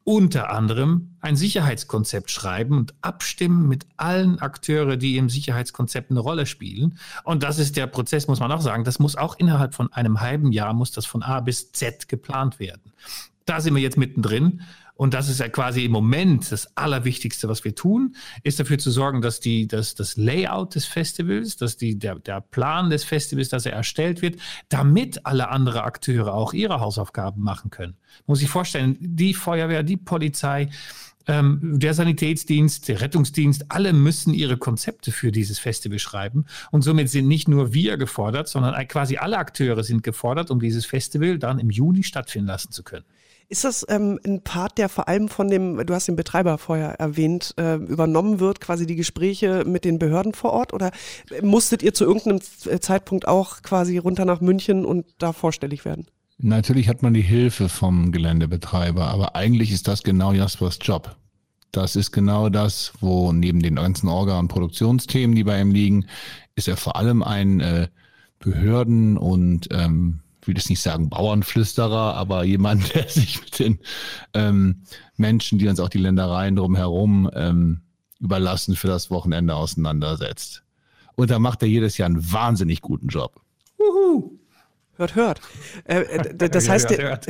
unter anderem ein Sicherheitskonzept schreiben und abstimmen mit allen Akteuren, die im Sicherheitskonzept eine Rolle spielen. Und das ist der Prozess, muss man auch sagen, das muss auch innerhalb von einem halben Jahr, muss das von A bis Z geplant werden. Da sind wir jetzt mittendrin. Und das ist ja quasi im Moment das Allerwichtigste, was wir tun, ist dafür zu sorgen, dass, die, dass das Layout des Festivals, dass die, der, der Plan des Festivals, dass er erstellt wird, damit alle anderen Akteure auch ihre Hausaufgaben machen können. Muss ich vorstellen, die Feuerwehr, die Polizei, ähm, der Sanitätsdienst, der Rettungsdienst, alle müssen ihre Konzepte für dieses Festival schreiben. Und somit sind nicht nur wir gefordert, sondern quasi alle Akteure sind gefordert, um dieses Festival dann im Juni stattfinden lassen zu können. Ist das ähm, ein Part, der vor allem von dem, du hast den Betreiber vorher erwähnt, äh, übernommen wird, quasi die Gespräche mit den Behörden vor Ort? Oder musstet ihr zu irgendeinem Zeitpunkt auch quasi runter nach München und da vorstellig werden? Natürlich hat man die Hilfe vom Geländebetreiber, aber eigentlich ist das genau Jaspers Job. Das ist genau das, wo neben den ganzen Orga- und Produktionsthemen, die bei ihm liegen, ist er vor allem ein äh, Behörden- und ähm, ich will jetzt nicht sagen Bauernflüsterer, aber jemand, der sich mit den ähm, Menschen, die uns auch die Ländereien drumherum ähm, überlassen, für das Wochenende auseinandersetzt. Und da macht er jedes Jahr einen wahnsinnig guten Job. Uhu. Hört, hört. Äh, das heißt, der,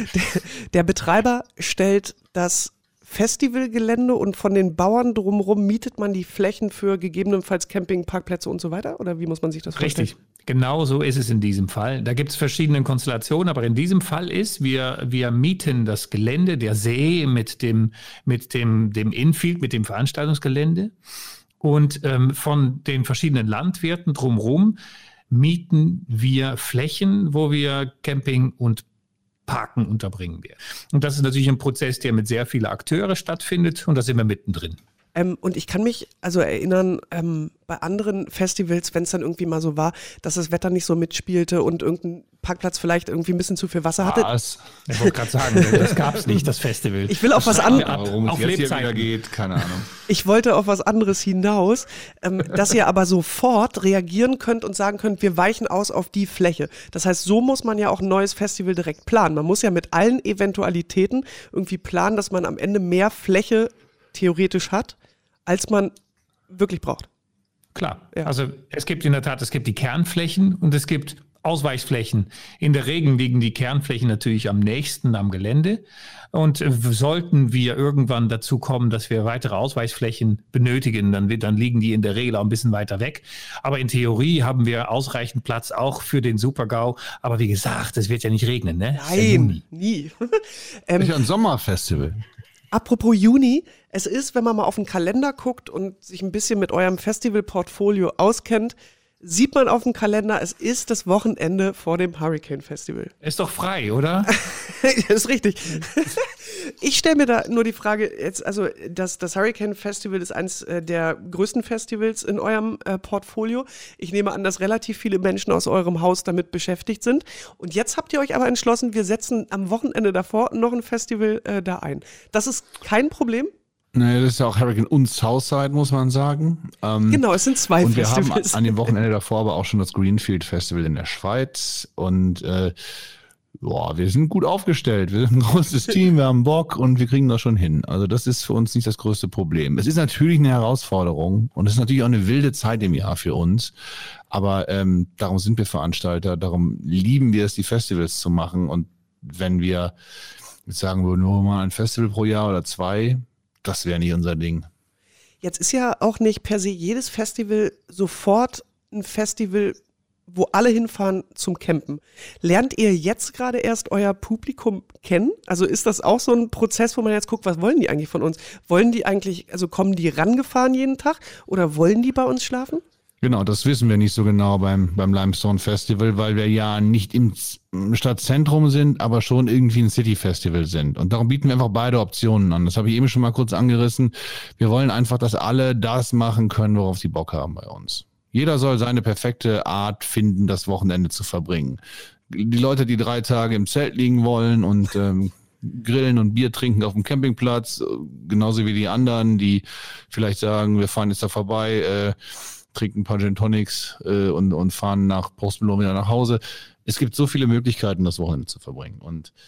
der Betreiber stellt das Festivalgelände und von den Bauern drumherum mietet man die Flächen für gegebenenfalls Camping, Parkplätze und so weiter? Oder wie muss man sich das vorstellen? Richtig, genau so ist es in diesem Fall. Da gibt es verschiedene Konstellationen, aber in diesem Fall ist, wir, wir mieten das Gelände, der See mit dem, mit dem, dem Infield, mit dem Veranstaltungsgelände und ähm, von den verschiedenen Landwirten drumherum mieten wir Flächen, wo wir Camping und Parken unterbringen werden. Und das ist natürlich ein Prozess, der mit sehr vielen Akteuren stattfindet und da sind wir mittendrin. Ähm, und ich kann mich also erinnern, ähm, bei anderen Festivals, wenn es dann irgendwie mal so war, dass das Wetter nicht so mitspielte und irgendein Parkplatz vielleicht irgendwie ein bisschen zu viel Wasser hatte. Was? Ich wollte gerade sagen, das gab es nicht, das Festival. Ich will auf was anderes. Warum es jetzt hier wieder geht, keine Ahnung. Ich wollte auf was anderes hinaus, ähm, dass ihr aber sofort reagieren könnt und sagen könnt, wir weichen aus auf die Fläche. Das heißt, so muss man ja auch ein neues Festival direkt planen. Man muss ja mit allen Eventualitäten irgendwie planen, dass man am Ende mehr Fläche theoretisch hat, als man wirklich braucht. Klar, Ja. Also es gibt in der Tat, es gibt die Kernflächen und es gibt Ausweichflächen. In der Regel liegen die Kernflächen natürlich am nächsten am Gelände und äh, sollten wir irgendwann dazu kommen, dass wir weitere Ausweichflächen benötigen, dann, dann liegen die in der Regel auch ein bisschen weiter weg. Aber in Theorie haben wir ausreichend Platz auch für den Super-GAU. Aber wie gesagt, es wird ja nicht regnen, ne? Nein, nie. ähm, ist ja ein Sommerfestival. Apropos Juni, es ist, wenn man mal auf den Kalender guckt und sich ein bisschen mit eurem Festivalportfolio auskennt, sieht man auf dem Kalender, es ist das Wochenende vor dem Hurricane Festival. Ist doch frei, oder? Das ist richtig. Ich stelle mir da nur die Frage, jetzt, also das, das Hurricane Festival ist eines der größten Festivals in eurem äh, Portfolio. Ich nehme an, dass relativ viele Menschen aus eurem Haus damit beschäftigt sind. Und jetzt habt ihr euch aber entschlossen, wir setzen am Wochenende davor noch ein Festival äh, da ein. Das ist kein Problem? Nee, das ist ja auch Hurricane und Southside, muss man sagen. Ähm, genau, es sind zwei und Festivals. Und wir haben an dem Wochenende davor aber auch schon das Greenfield Festival in der Schweiz. Und äh, boah, wir sind gut aufgestellt. Wir sind ein großes Team, wir haben Bock und wir kriegen das schon hin. Also das ist für uns nicht das größte Problem. Es ist natürlich eine Herausforderung und es ist natürlich auch eine wilde Zeit im Jahr für uns. Aber ähm, darum sind wir Veranstalter, darum lieben wir es, die Festivals zu machen. Und wenn wir jetzt sagen würden, nur mal ein Festival pro Jahr oder zwei, das wäre nicht unser Ding. Jetzt ist ja auch nicht per se jedes Festival sofort ein Festival, wo alle hinfahren zum Campen. Lernt ihr jetzt gerade erst euer Publikum kennen? Also ist das auch so ein Prozess, wo man jetzt guckt, was wollen die eigentlich von uns? Wollen die eigentlich, also kommen die rangefahren jeden Tag oder wollen die bei uns schlafen? Genau, das wissen wir nicht so genau beim, beim Limestone Festival, weil wir ja nicht im Stadtzentrum sind, aber schon irgendwie ein City-Festival sind. Und darum bieten wir einfach beide Optionen an. Das habe ich eben schon mal kurz angerissen. Wir wollen einfach, dass alle das machen können, worauf sie Bock haben bei uns. Jeder soll seine perfekte Art finden, das Wochenende zu verbringen. Die Leute, die drei Tage im Zelt liegen wollen und ähm, grillen und Bier trinken auf dem Campingplatz, genauso wie die anderen, die vielleicht sagen, wir fahren jetzt da vorbei, äh, trinken ein paar Gin Tonics äh, und, und fahren nach Post Malone wieder nach Hause. Es gibt so viele Möglichkeiten, das Wochenende zu verbringen. Und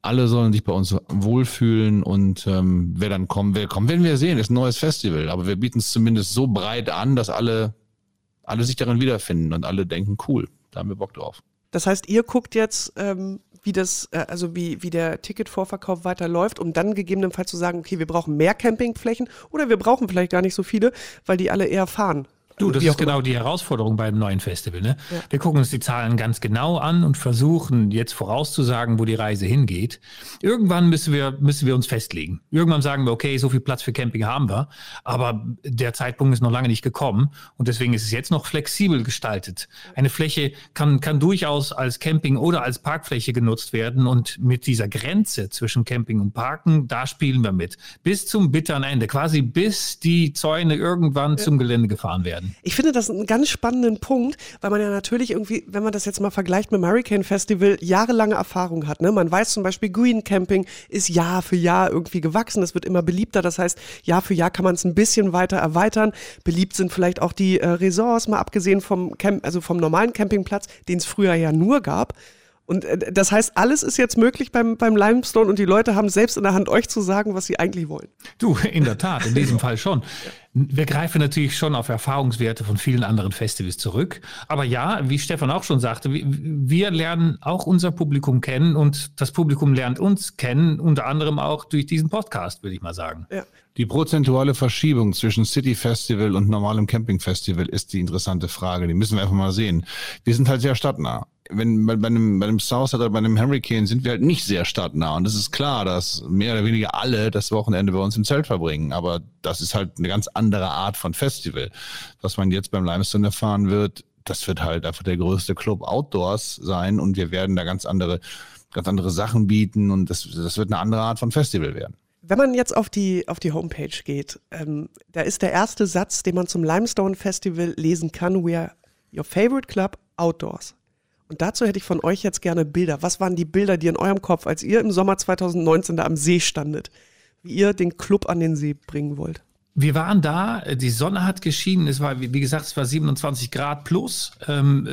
Alle sollen sich bei uns wohlfühlen und ähm, wer dann kommen will, kommen, werden wir sehen. Ist ein neues Festival, aber wir bieten es zumindest so breit an, dass alle, alle sich darin wiederfinden und alle denken, cool, da haben wir Bock drauf. Das heißt, ihr guckt jetzt, ähm, wie das, äh, also wie, wie der Ticketvorverkauf weiterläuft, um dann gegebenenfalls zu sagen, okay, wir brauchen mehr Campingflächen oder wir brauchen vielleicht gar nicht so viele, weil die alle eher fahren. Du, das Wie ist auch immer. genau die Herausforderung beim neuen Festival. Ne? Ja. Wir gucken uns die Zahlen ganz genau an und versuchen jetzt vorauszusagen, wo die Reise hingeht. Irgendwann müssen wir, müssen wir uns festlegen. Irgendwann sagen wir, okay, so viel Platz für Camping haben wir, aber der Zeitpunkt ist noch lange nicht gekommen und deswegen ist es jetzt noch flexibel gestaltet. Eine Fläche kann, kann durchaus als Camping oder als Parkfläche genutzt werden und mit dieser Grenze zwischen Camping und Parken, da spielen wir mit. Bis zum bitteren Ende, quasi bis die Zäune irgendwann ja. zum Gelände gefahren werden. Ich finde das einen ganz spannenden Punkt, weil man ja natürlich irgendwie, wenn man das jetzt mal vergleicht mit dem Hurricane Festival, jahrelange Erfahrung hat. Ne? Man weiß zum Beispiel, Green Camping ist Jahr für Jahr irgendwie gewachsen. Das wird immer beliebter. Das heißt, Jahr für Jahr kann man es ein bisschen weiter erweitern. Beliebt sind vielleicht auch die äh, Resorts, mal abgesehen vom Camp, also vom normalen Campingplatz, den es früher ja nur gab. Und äh, das heißt, alles ist jetzt möglich beim, beim Limestone und die Leute haben selbst in der Hand, euch zu sagen, was sie eigentlich wollen. Du, in der Tat, in diesem Fall schon. Wir greifen natürlich schon auf Erfahrungswerte von vielen anderen Festivals zurück. Aber ja, wie Stefan auch schon sagte, wir lernen auch unser Publikum kennen und das Publikum lernt uns kennen, unter anderem auch durch diesen Podcast, würde ich mal sagen. Ja. Die prozentuale Verschiebung zwischen City Festival und normalem Camping Festival ist die interessante Frage. Die müssen wir einfach mal sehen. Wir sind halt sehr stadtnah. Wenn bei, bei einem, bei einem Southside oder bei einem Hurricane sind wir halt nicht sehr stadtnah. Und es ist klar, dass mehr oder weniger alle das Wochenende bei uns im Zelt verbringen. Aber das ist halt eine ganz andere Art von Festival. Was man jetzt beim Limestone erfahren wird, das wird halt einfach der größte Club Outdoors sein. Und wir werden da ganz andere, ganz andere Sachen bieten. Und das, das wird eine andere Art von Festival werden. Wenn man jetzt auf die, auf die Homepage geht, ähm, da ist der erste Satz, den man zum Limestone Festival lesen kann: We are your favorite club outdoors. Und dazu hätte ich von euch jetzt gerne Bilder. Was waren die Bilder, die in eurem Kopf, als ihr im Sommer zwanzig neunzehn da am See standet, wie ihr den Club an den See bringen wollt? Wir waren da, die Sonne hat geschienen, es war, wie gesagt, es war siebenundzwanzig Grad plus. Ähm,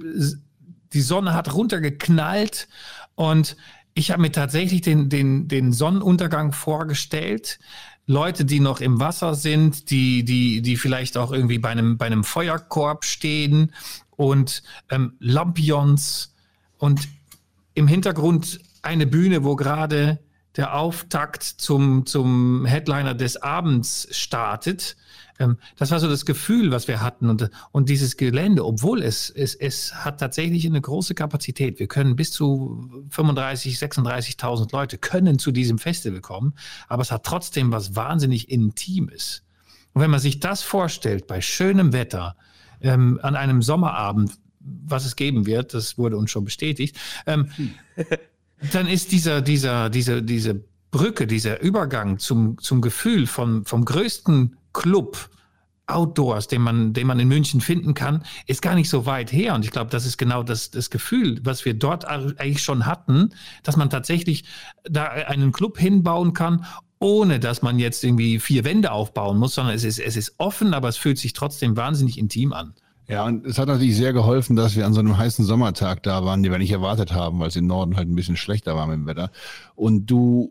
die Sonne hat runtergeknallt und ich habe mir tatsächlich den, den, den Sonnenuntergang vorgestellt. Leute, die noch im Wasser sind, die, die, die vielleicht auch irgendwie bei einem, bei einem Feuerkorb stehen und ähm, Lampions und im Hintergrund eine Bühne, wo gerade der Auftakt zum, zum Headliner des Abends startet. Ähm, das war so das Gefühl, was wir hatten. Und, und dieses Gelände, obwohl es, es, es hat tatsächlich eine große Kapazität. Wir können bis zu fünfunddreißig, sechsunddreißigtausend Leute können zu diesem Festival kommen. Aber es hat trotzdem was wahnsinnig Intimes. Und wenn man sich das vorstellt, bei schönem Wetter, ähm, an einem Sommerabend, was es geben wird, das wurde uns schon bestätigt, ähm, dann ist dieser, dieser, diese, diese Brücke, dieser Übergang zum, zum Gefühl von, vom größten Club Outdoors, den man, den man in München finden kann, ist gar nicht so weit her. Und ich glaube, das ist genau das, das Gefühl, was wir dort eigentlich schon hatten, dass man tatsächlich da einen Club hinbauen kann, ohne dass man jetzt irgendwie vier Wände aufbauen muss, sondern es ist, es ist offen, aber es fühlt sich trotzdem wahnsinnig intim an. Ja, und es hat natürlich sehr geholfen, dass wir an so einem heißen Sommertag da waren, den wir nicht erwartet haben, weil es im Norden halt ein bisschen schlechter war mit dem Wetter. Und du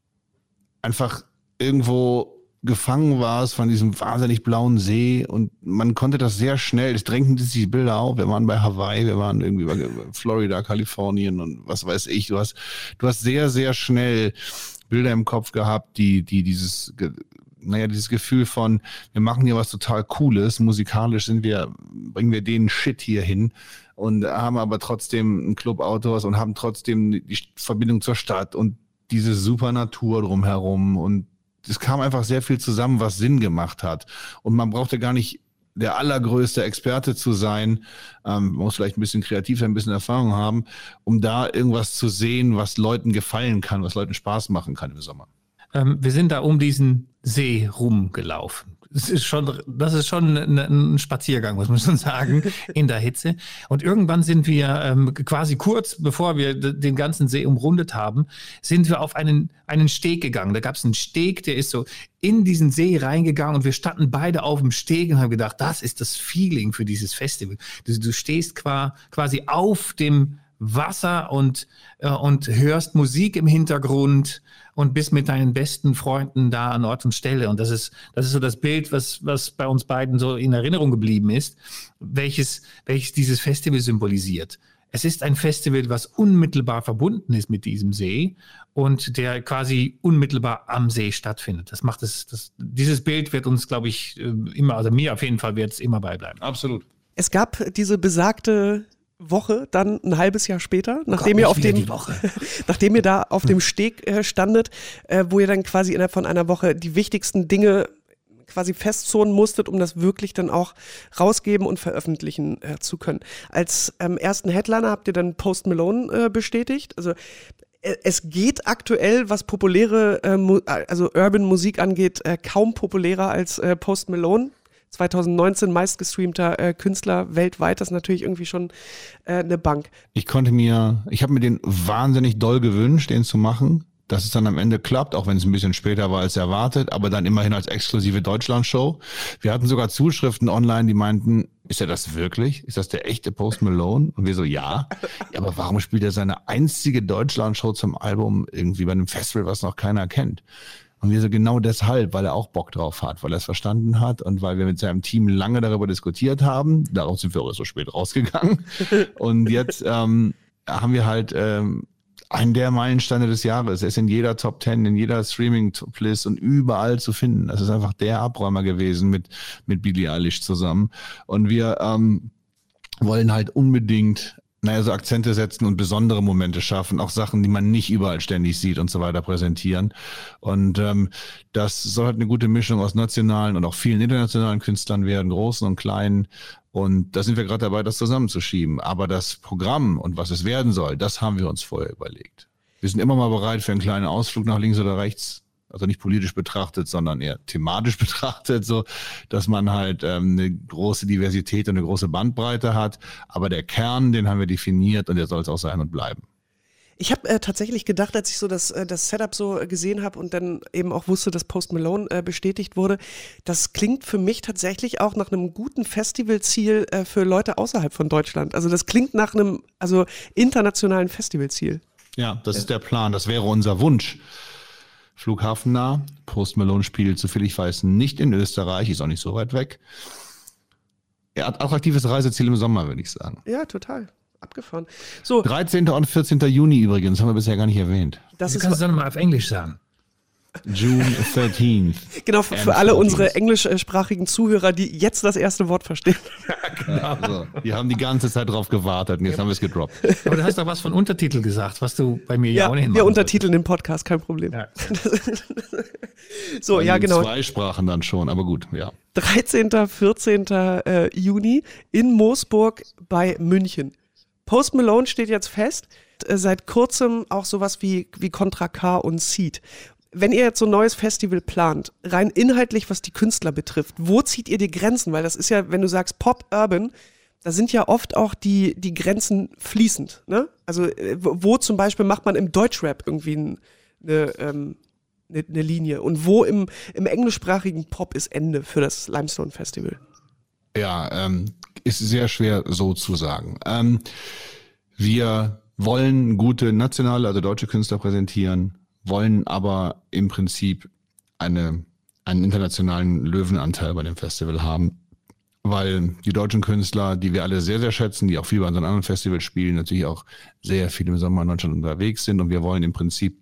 einfach irgendwo gefangen warst von diesem wahnsinnig blauen See und man konnte das sehr schnell, es drängten sich die Bilder auf, wir waren bei Hawaii, wir waren irgendwie bei Florida, Kalifornien und was weiß ich, du hast, du hast sehr, sehr schnell Bilder im Kopf gehabt, die, die dieses, naja, dieses Gefühl von, wir machen hier was total Cooles, musikalisch sind wir, bringen wir den Shit hier hin und haben aber trotzdem einen Club Outdoors und haben trotzdem die Verbindung zur Stadt und diese super Natur drumherum und es kam einfach sehr viel zusammen, was Sinn gemacht hat. Und man brauchte gar nicht der allergrößte Experte zu sein. Ähm, man muss vielleicht ein bisschen kreativ sein, ein bisschen Erfahrung haben, um da irgendwas zu sehen, was Leuten gefallen kann, was Leuten Spaß machen kann im Sommer. Ähm, wir sind da um diesen See rumgelaufen. Das ist schon, das ist schon ein, ein Spaziergang, muss man schon sagen, in der Hitze. Und irgendwann sind wir ähm, quasi kurz, bevor wir d- den ganzen See umrundet haben, sind wir auf einen, einen Steg gegangen. Da gab es einen Steg, der ist so in diesen See reingegangen und wir standen beide auf dem Steg und haben gedacht, das ist das Feeling für dieses Festival. Du, du stehst qua, quasi auf dem Wasser und, äh, und hörst Musik im Hintergrund und bist mit deinen besten Freunden da an Ort und Stelle. Und das ist, das ist so das Bild, was, was bei uns beiden so in Erinnerung geblieben ist, welches, welches dieses Festival symbolisiert. Es ist ein Festival, was unmittelbar verbunden ist mit diesem See und der quasi unmittelbar am See stattfindet. Das macht es, das, dieses Bild wird uns, glaube ich, immer, also mir auf jeden Fall wird es immer beibleiben. Absolut. Es gab diese besagte Woche, dann ein halbes Jahr später, Oh nachdem Gott, ihr auf nicht dem, wieder die Woche. nachdem ihr da auf dem Steg äh, standet, äh, wo ihr dann quasi innerhalb von einer Woche die wichtigsten Dinge quasi festzonen musstet, um das wirklich dann auch rausgeben und veröffentlichen äh, zu können. Als ähm, ersten Headliner habt ihr dann Post Malone äh, bestätigt. Also äh, es geht aktuell, was populäre, äh, Mu- also Urban Musik angeht, äh, kaum populärer als äh, Post Malone. zwanzig neunzehn meistgestreamter äh, Künstler weltweit, das ist natürlich irgendwie schon äh, eine Bank. Ich konnte mir, ich habe mir den wahnsinnig doll gewünscht, den zu machen. Dass es dann am Ende klappt, auch wenn es ein bisschen später war als erwartet, aber dann immerhin als exklusive Deutschland-Show. Wir hatten sogar Zuschriften online, die meinten, ist er das wirklich? Ist das der echte Post Malone? Und wir so, ja. Ja, aber warum spielt er seine einzige Deutschland-Show zum Album irgendwie bei einem Festival, was noch keiner kennt? Und wir so, genau deshalb, weil er auch Bock drauf hat, weil er es verstanden hat und weil wir mit seinem Team lange darüber diskutiert haben. Darauf sind wir auch so spät rausgegangen. Und jetzt ähm, haben wir halt ähm, einen der Meilensteine des Jahres. Er ist in jeder Top Ten, in jeder Streaming-Top-List und überall zu finden. Das ist einfach der Abräumer gewesen mit, mit Billie Eilish zusammen. Und wir ähm, wollen halt unbedingt naja, so Akzente setzen und besondere Momente schaffen, auch Sachen, die man nicht überall ständig sieht und so weiter präsentieren. Und ähm, das soll halt eine gute Mischung aus nationalen und auch vielen internationalen Künstlern werden, großen und kleinen. Und da sind wir gerade dabei, das zusammenzuschieben. Aber das Programm und was es werden soll, das haben wir uns vorher überlegt. Wir sind immer mal bereit für einen kleinen Ausflug nach links oder rechts. Also nicht politisch betrachtet, sondern eher thematisch betrachtet, so dass man halt ähm, eine große Diversität und eine große Bandbreite hat. Aber der Kern, den haben wir definiert und der soll es auch sein und bleiben. Ich habe äh, tatsächlich gedacht, als ich so das, äh, das Setup so gesehen habe und dann eben auch wusste, dass Post Malone äh, bestätigt wurde, das klingt für mich tatsächlich auch nach einem guten Festivalziel äh, für Leute außerhalb von Deutschland. Also das klingt nach einem also internationalen Festivalziel. Ja, das ist der Plan. Das wäre unser Wunsch. Flughafennah. Post Malone spielt, soviel ich weiß, nicht in Österreich, ist auch nicht so weit weg. Er hat attraktives Reiseziel im Sommer, würde ich sagen. Ja, total. Abgefahren. So, dreizehnten und vierzehnten Juni übrigens, haben wir bisher gar nicht erwähnt. das Du ist kannst es dann mal auf Englisch sagen. June thirteenth. genau für, für alle unsere englischsprachigen Zuhörer, die jetzt das erste Wort verstehen. Ja, also, die haben die ganze Zeit drauf gewartet und jetzt haben wir es gedroppt. Aber du hast doch was von Untertitel gesagt, was du bei mir ja, Ja, ohnehin wir machen untertiteln den Podcast, kein Problem. Ja. So, ja, In genau. Zwei Sprachen dann schon, aber gut, ja. dreizehnten, vierzehnten Äh, Juni in Moosburg bei München. Post Malone steht jetzt fest. Äh, seit kurzem auch sowas wie, wie Contra K und Seed. Wenn ihr jetzt so ein neues Festival plant, rein inhaltlich, was die Künstler betrifft, wo zieht ihr die Grenzen? Weil das ist ja, wenn du sagst Pop, Urban, da sind ja oft auch die, die Grenzen fließend. Ne? Also äh, wo, wo zum Beispiel macht man im Deutschrap irgendwie ein, eine, ähm, eine, eine Linie und wo im, im englischsprachigen Pop ist Ende für das Limestone Festival? Ja, ähm, ist sehr schwer so zu sagen. Ähm, wir wollen gute nationale, also deutsche Künstler präsentieren, wollen aber im Prinzip eine, einen internationalen Löwenanteil bei dem Festival haben, weil die deutschen Künstler, die wir alle sehr, sehr schätzen, die auch viel bei unseren anderen Festivals spielen, natürlich auch sehr viel im Sommer in Deutschland unterwegs sind und wir wollen im Prinzip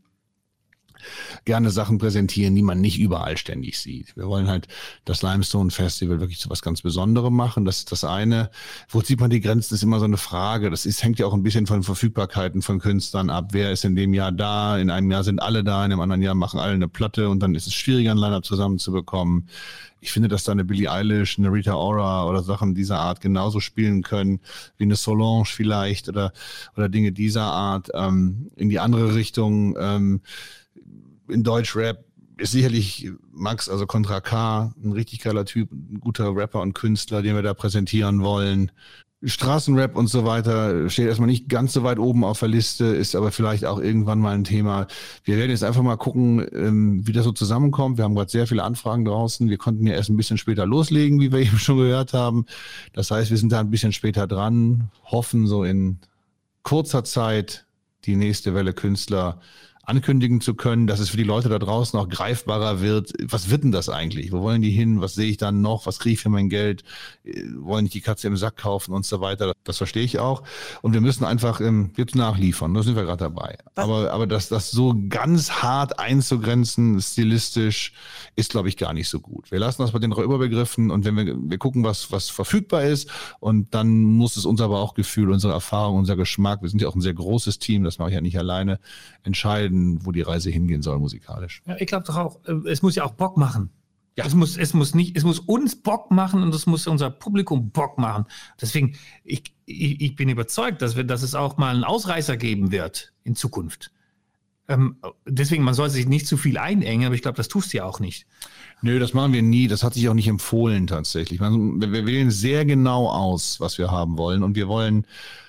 gerne Sachen präsentieren, die man nicht überall ständig sieht. Wir wollen halt das Limestone Festival wirklich zu was ganz Besonderem machen. Das ist das eine. Wo zieht man die Grenzen, ist immer so eine Frage. Das ist, hängt ja auch ein bisschen von Verfügbarkeiten von Künstlern ab. Wer ist in dem Jahr da? In einem Jahr sind alle da, in einem anderen Jahr machen alle eine Platte und dann ist es schwieriger, ein Line-Up zusammenzubekommen. Ich finde, dass da eine Billie Eilish, eine Rita Ora oder Sachen dieser Art genauso spielen können, wie eine Solange vielleicht oder, oder Dinge dieser Art. Ähm, in die andere Richtung, ähm, in Deutschrap ist sicherlich Max, also Contra K, ein richtig geiler Typ, ein guter Rapper und Künstler, den wir da präsentieren wollen. Straßenrap und so weiter steht erstmal nicht ganz so weit oben auf der Liste, ist aber vielleicht auch irgendwann mal ein Thema. Wir werden jetzt einfach mal gucken, wie das so zusammenkommt. Wir haben gerade sehr viele Anfragen draußen. Wir konnten ja erst ein bisschen später loslegen, wie wir eben schon gehört haben. Das heißt, wir sind da ein bisschen später dran, hoffen so in kurzer Zeit die nächste Welle Künstler ankündigen zu können, dass es für die Leute da draußen auch greifbarer wird. Was wird denn das eigentlich? Wo wollen die hin? Was sehe ich dann noch? Was kriege ich für mein Geld? Wollen nicht die Katze im Sack kaufen und so weiter? Das verstehe ich auch. Und wir müssen einfach ähm, jetzt nachliefern. Da sind wir gerade dabei. Was? Aber, aber das, das so ganz hart einzugrenzen, stilistisch, ist, glaube ich, gar nicht so gut. Wir lassen das bei den Überbegriffen und wenn wir, wir gucken, was, was verfügbar ist und dann muss es unser Bauchgefühl, unsere Erfahrung, unser Geschmack, wir sind ja auch ein sehr großes Team, das mache ich ja nicht alleine, entscheiden, wo die Reise hingehen soll musikalisch. Ja, ich glaube doch auch, es muss ja auch Bock machen. Ja. Es muss, es muss nicht, es muss uns Bock machen und es muss unser Publikum Bock machen. Deswegen, ich, ich, ich bin überzeugt, dass wir, dass es auch mal einen Ausreißer geben wird in Zukunft. Ähm, deswegen, man soll sich nicht zu viel einengen, aber ich glaube, das tust du ja auch nicht. Nö, das machen wir nie. Das hat sich auch nicht empfohlen tatsächlich. Man, wir wählen sehr genau aus, was wir haben wollen und wir wollen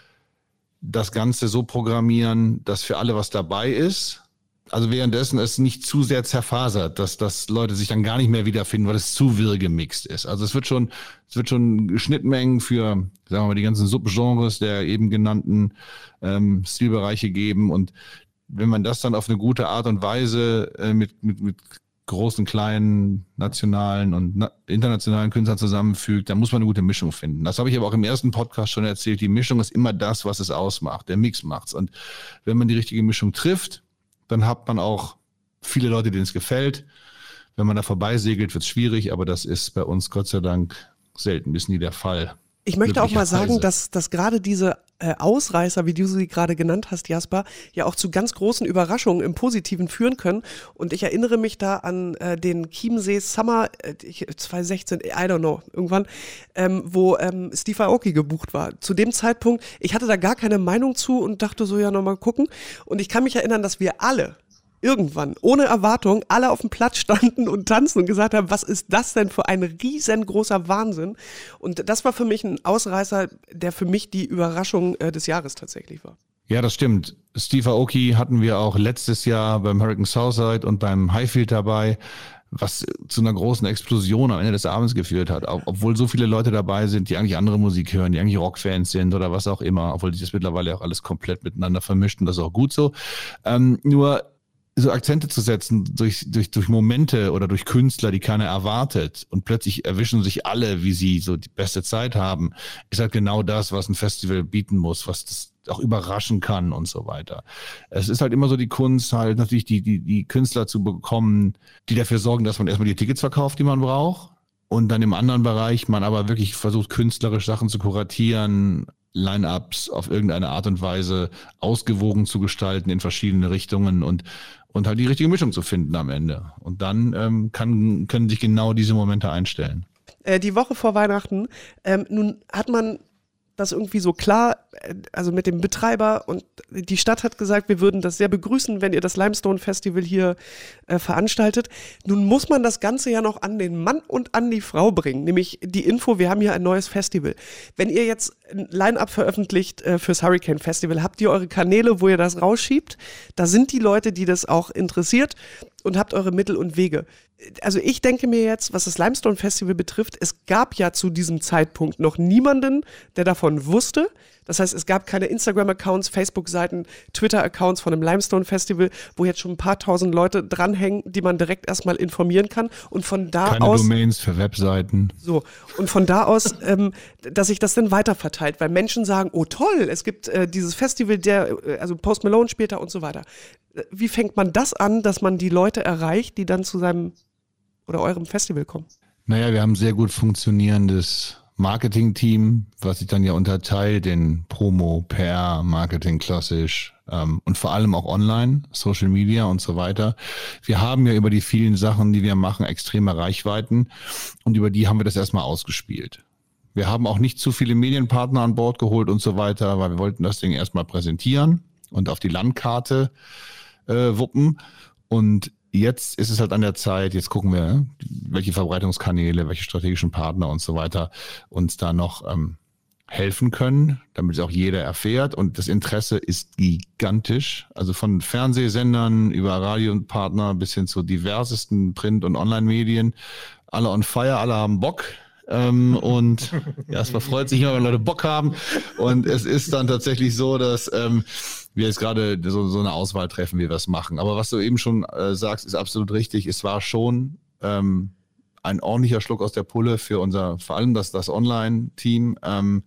das Ganze so programmieren, dass für alle was dabei ist. Also währenddessen es nicht zu sehr zerfasert, dass, dass Leute sich dann gar nicht mehr wiederfinden, weil es zu wirr gemixt ist. Also es wird schon, es wird schon Schnittmengen für, sagen wir mal, die ganzen Subgenres der eben genannten ähm, Stilbereiche geben. Und wenn man das dann auf eine gute Art und Weise äh, mit, mit, mit großen, kleinen, nationalen und na- internationalen Künstlern zusammenfügt, dann muss man eine gute Mischung finden. Das habe ich aber auch im ersten Podcast schon erzählt. Die Mischung ist immer das, was es ausmacht. Der Mix macht's. Und wenn man die richtige Mischung trifft, dann hat man auch viele Leute, denen es gefällt. Wenn man da vorbeisegelt, wird es schwierig, aber das ist bei uns Gott sei Dank selten, ist nie der Fall. Ich möchte auch mal sagen, dass, dass gerade diese äh, Ausreißer, wie du sie gerade genannt hast, Jasper, ja auch zu ganz großen Überraschungen im Positiven führen können. Und ich erinnere mich da an äh, den Chiemsee Summer äh, zwanzig sechzehn, I don't know, irgendwann, ähm, wo ähm, Steve Aoki gebucht war. Zu dem Zeitpunkt, ich hatte da gar keine Meinung zu und dachte so, ja, nochmal gucken. Und ich kann mich erinnern, dass wir alle irgendwann, ohne Erwartung, alle auf dem Platz standen und tanzen und gesagt haben, was ist das denn für ein riesengroßer Wahnsinn? Und das war für mich ein Ausreißer, der für mich die Überraschung äh, des Jahres tatsächlich war. Ja, das stimmt. Steve Aoki hatten wir auch letztes Jahr beim Hurricane Southside und beim Highfield dabei, was zu einer großen Explosion am Ende des Abends geführt hat. Obwohl so viele Leute dabei sind, die eigentlich andere Musik hören, die eigentlich Rockfans sind oder was auch immer, obwohl sich das mittlerweile auch alles komplett miteinander vermischt und das ist auch gut so. Ähm, nur so Akzente zu setzen durch, durch, durch Momente oder durch Künstler, die keiner erwartet und plötzlich erwischen sich alle, wie sie so die beste Zeit haben, ist halt genau das, was ein Festival bieten muss, was das auch überraschen kann und so weiter. Es ist halt immer so die Kunst, halt natürlich die, die, die Künstler zu bekommen, die dafür sorgen, dass man erstmal die Tickets verkauft, die man braucht und dann im anderen Bereich man aber wirklich versucht, künstlerisch Sachen zu kuratieren, Line-Ups auf irgendeine Art und Weise ausgewogen zu gestalten in verschiedene Richtungen und und halt die richtige Mischung zu finden am Ende. Und dann ähm, kann, können sich genau diese Momente einstellen. Äh, die Woche vor Weihnachten, ähm, nun hat man das irgendwie so klar, also mit dem Betreiber und die Stadt hat gesagt, wir würden das sehr begrüßen, wenn ihr das Limestone Festival hier äh, veranstaltet. Nun muss man das Ganze ja noch an den Mann und an die Frau bringen, nämlich die Info, wir haben hier ein neues Festival. Wenn ihr jetzt ein Line-Up veröffentlicht äh, fürs Hurricane Festival, habt ihr eure Kanäle, wo ihr das rausschiebt? Da sind die Leute, die das auch interessiert und habt eure Mittel und Wege. Also ich denke mir jetzt, was das Limestone Festival betrifft, es gab ja zu diesem Zeitpunkt noch niemanden, der davon wusste. Das heißt, es gab keine Instagram-Accounts, Facebook-Seiten, Twitter-Accounts von dem Limestone Festival, wo jetzt schon ein paar tausend Leute dranhängen, die man direkt erstmal informieren kann. Und von da keine aus... Keine Domains für Webseiten. So, und von da aus, ähm, dass sich das dann weiterverteilt, weil Menschen sagen, oh toll, es gibt äh, dieses Festival, der, äh, also Post Malone spielt da und so weiter. Wie fängt man das an, dass man die Leute erreicht, die dann zu seinem oder eurem Festival kommen? Naja, wir haben ein sehr gut funktionierendes Marketing-Team, was sich dann ja unterteilt in Promo, P R, Marketing klassisch ähm, und vor allem auch online, Social Media und so weiter. Wir haben ja über die vielen Sachen, die wir machen, extreme Reichweiten und über die haben wir das erstmal ausgespielt. Wir haben auch nicht zu viele Medienpartner an Bord geholt und so weiter, weil wir wollten das Ding erstmal präsentieren und auf die Landkarte äh, wuppen. Und jetzt ist es halt an der Zeit, jetzt gucken wir, welche Verbreitungskanäle, welche strategischen Partner und so weiter uns da noch ähm, helfen können, damit es auch jeder erfährt. Und das Interesse ist gigantisch. Also von Fernsehsendern über Radiopartner bis hin zu diversesten Print- und Online-Medien. Alle on fire, alle haben Bock. Ähm, und ja, es freut sich immer, wenn Leute Bock haben. Und es ist dann tatsächlich so, dass ähm, wir jetzt gerade so, so eine Auswahl treffen, wie wir es machen. Aber was du eben schon äh, sagst, ist absolut richtig. Es war schon ähm, ein ordentlicher Schluck aus der Pulle für unser, vor allem das, das Online-Team. Ähm,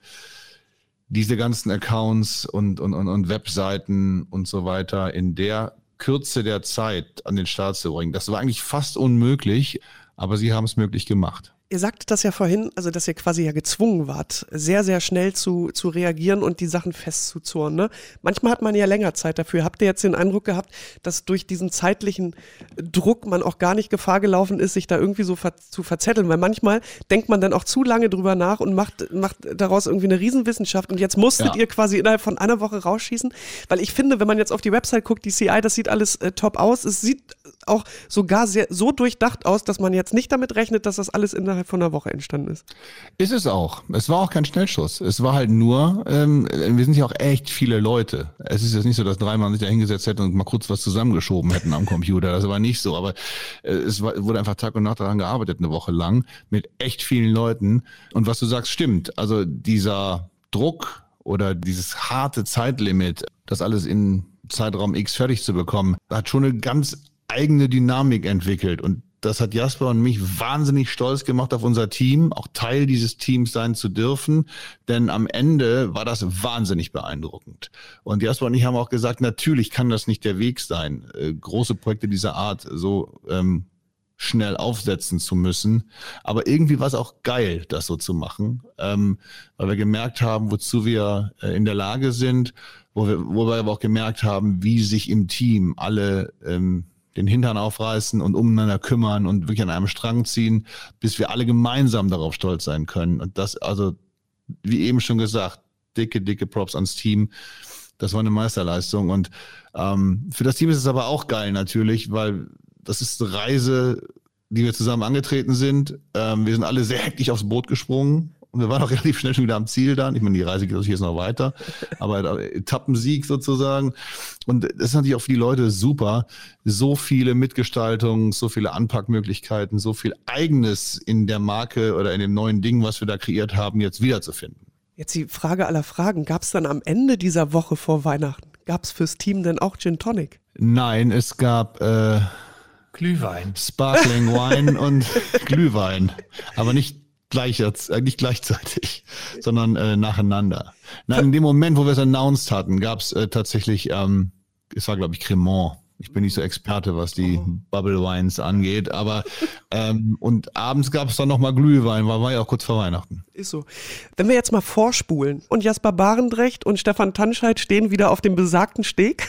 diese ganzen Accounts und, und, und, und Webseiten und so weiter in der Kürze der Zeit an den Start zu bringen. Das war eigentlich fast unmöglich, aber sie haben es möglich gemacht. Ihr sagtet das ja vorhin, also dass ihr quasi ja gezwungen wart, sehr, sehr schnell zu, zu reagieren und die Sachen festzuzurren. Ne? Manchmal hat man ja länger Zeit dafür. Habt ihr jetzt den Eindruck gehabt, dass durch diesen zeitlichen Druck man auch gar nicht Gefahr gelaufen ist, sich da irgendwie so ver- zu verzetteln? Weil manchmal denkt man dann auch zu lange drüber nach und macht, macht daraus irgendwie eine Riesenwissenschaft. Und jetzt musstet ja. ihr quasi innerhalb von einer Woche rausschießen. Weil ich finde, wenn man jetzt auf die Website guckt, die C I, das sieht alles äh, top aus. Es sieht auch sogar sehr so durchdacht aus, dass man jetzt nicht damit rechnet, dass das alles innerhalb von einer Woche entstanden ist. Ist es auch. Es war auch kein Schnellschuss. Es war halt nur, ähm, wir sind ja auch echt viele Leute. Es ist jetzt nicht so, dass drei Mann sich da hingesetzt hätten und mal kurz was zusammengeschoben hätten am Computer. Das war nicht so. Aber äh, es war, wurde einfach Tag und Nacht daran gearbeitet, eine Woche lang, mit echt vielen Leuten. Und was du sagst, stimmt. Also dieser Druck oder dieses harte Zeitlimit, das alles in Zeitraum X fertig zu bekommen, hat schon eine ganz eigene Dynamik entwickelt. Und das hat Jasper und mich wahnsinnig stolz gemacht auf unser Team, auch Teil dieses Teams sein zu dürfen, denn am Ende war das wahnsinnig beeindruckend. Und Jasper und ich haben auch gesagt, natürlich kann das nicht der Weg sein, äh, große Projekte dieser Art so ähm, schnell aufsetzen zu müssen. Aber irgendwie war es auch geil, das so zu machen, ähm, weil wir gemerkt haben, wozu wir äh, in der Lage sind, wo wir, wo wir aber auch gemerkt haben, wie sich im Team alle ähm, den Hintern aufreißen und umeinander kümmern und wirklich an einem Strang ziehen, bis wir alle gemeinsam darauf stolz sein können. Und das, also, wie eben schon gesagt, dicke, dicke Props ans Team. Das war eine Meisterleistung. Und ähm, für das Team ist es aber auch geil natürlich, weil das ist eine Reise, die wir zusammen angetreten sind. Ähm, wir sind alle sehr hektisch aufs Boot gesprungen. Und wir waren auch relativ schnell schon wieder am Ziel dann. Ich meine, die Reise geht natürlich jetzt noch weiter. Aber Etappensieg sozusagen. Und das ist natürlich auch für die Leute super. So viele Mitgestaltungen, so viele Anpackmöglichkeiten, so viel Eigenes in der Marke oder in dem neuen Ding, was wir da kreiert haben, jetzt wiederzufinden. Jetzt die Frage aller Fragen. Gab es dann am Ende dieser Woche vor Weihnachten, gab es fürs Team denn auch Gin Tonic? Nein, es gab äh, Glühwein. Sparkling Wine und Glühwein. Aber nicht Gleich, äh, nicht gleichzeitig, sondern äh, nacheinander. Na, in dem Moment, wo wir es announced hatten, gab es äh, tatsächlich, ähm, es war glaube ich Cremant. Ich bin nicht so Experte, was die oh. Bubble Wines angeht, aber ähm, und abends gab es dann nochmal Glühwein, weil war ja auch kurz vor Weihnachten. Ist so. Wenn wir jetzt mal vorspulen und Jasper Barendrecht und Stefan Tanscheid stehen wieder auf dem besagten Steg,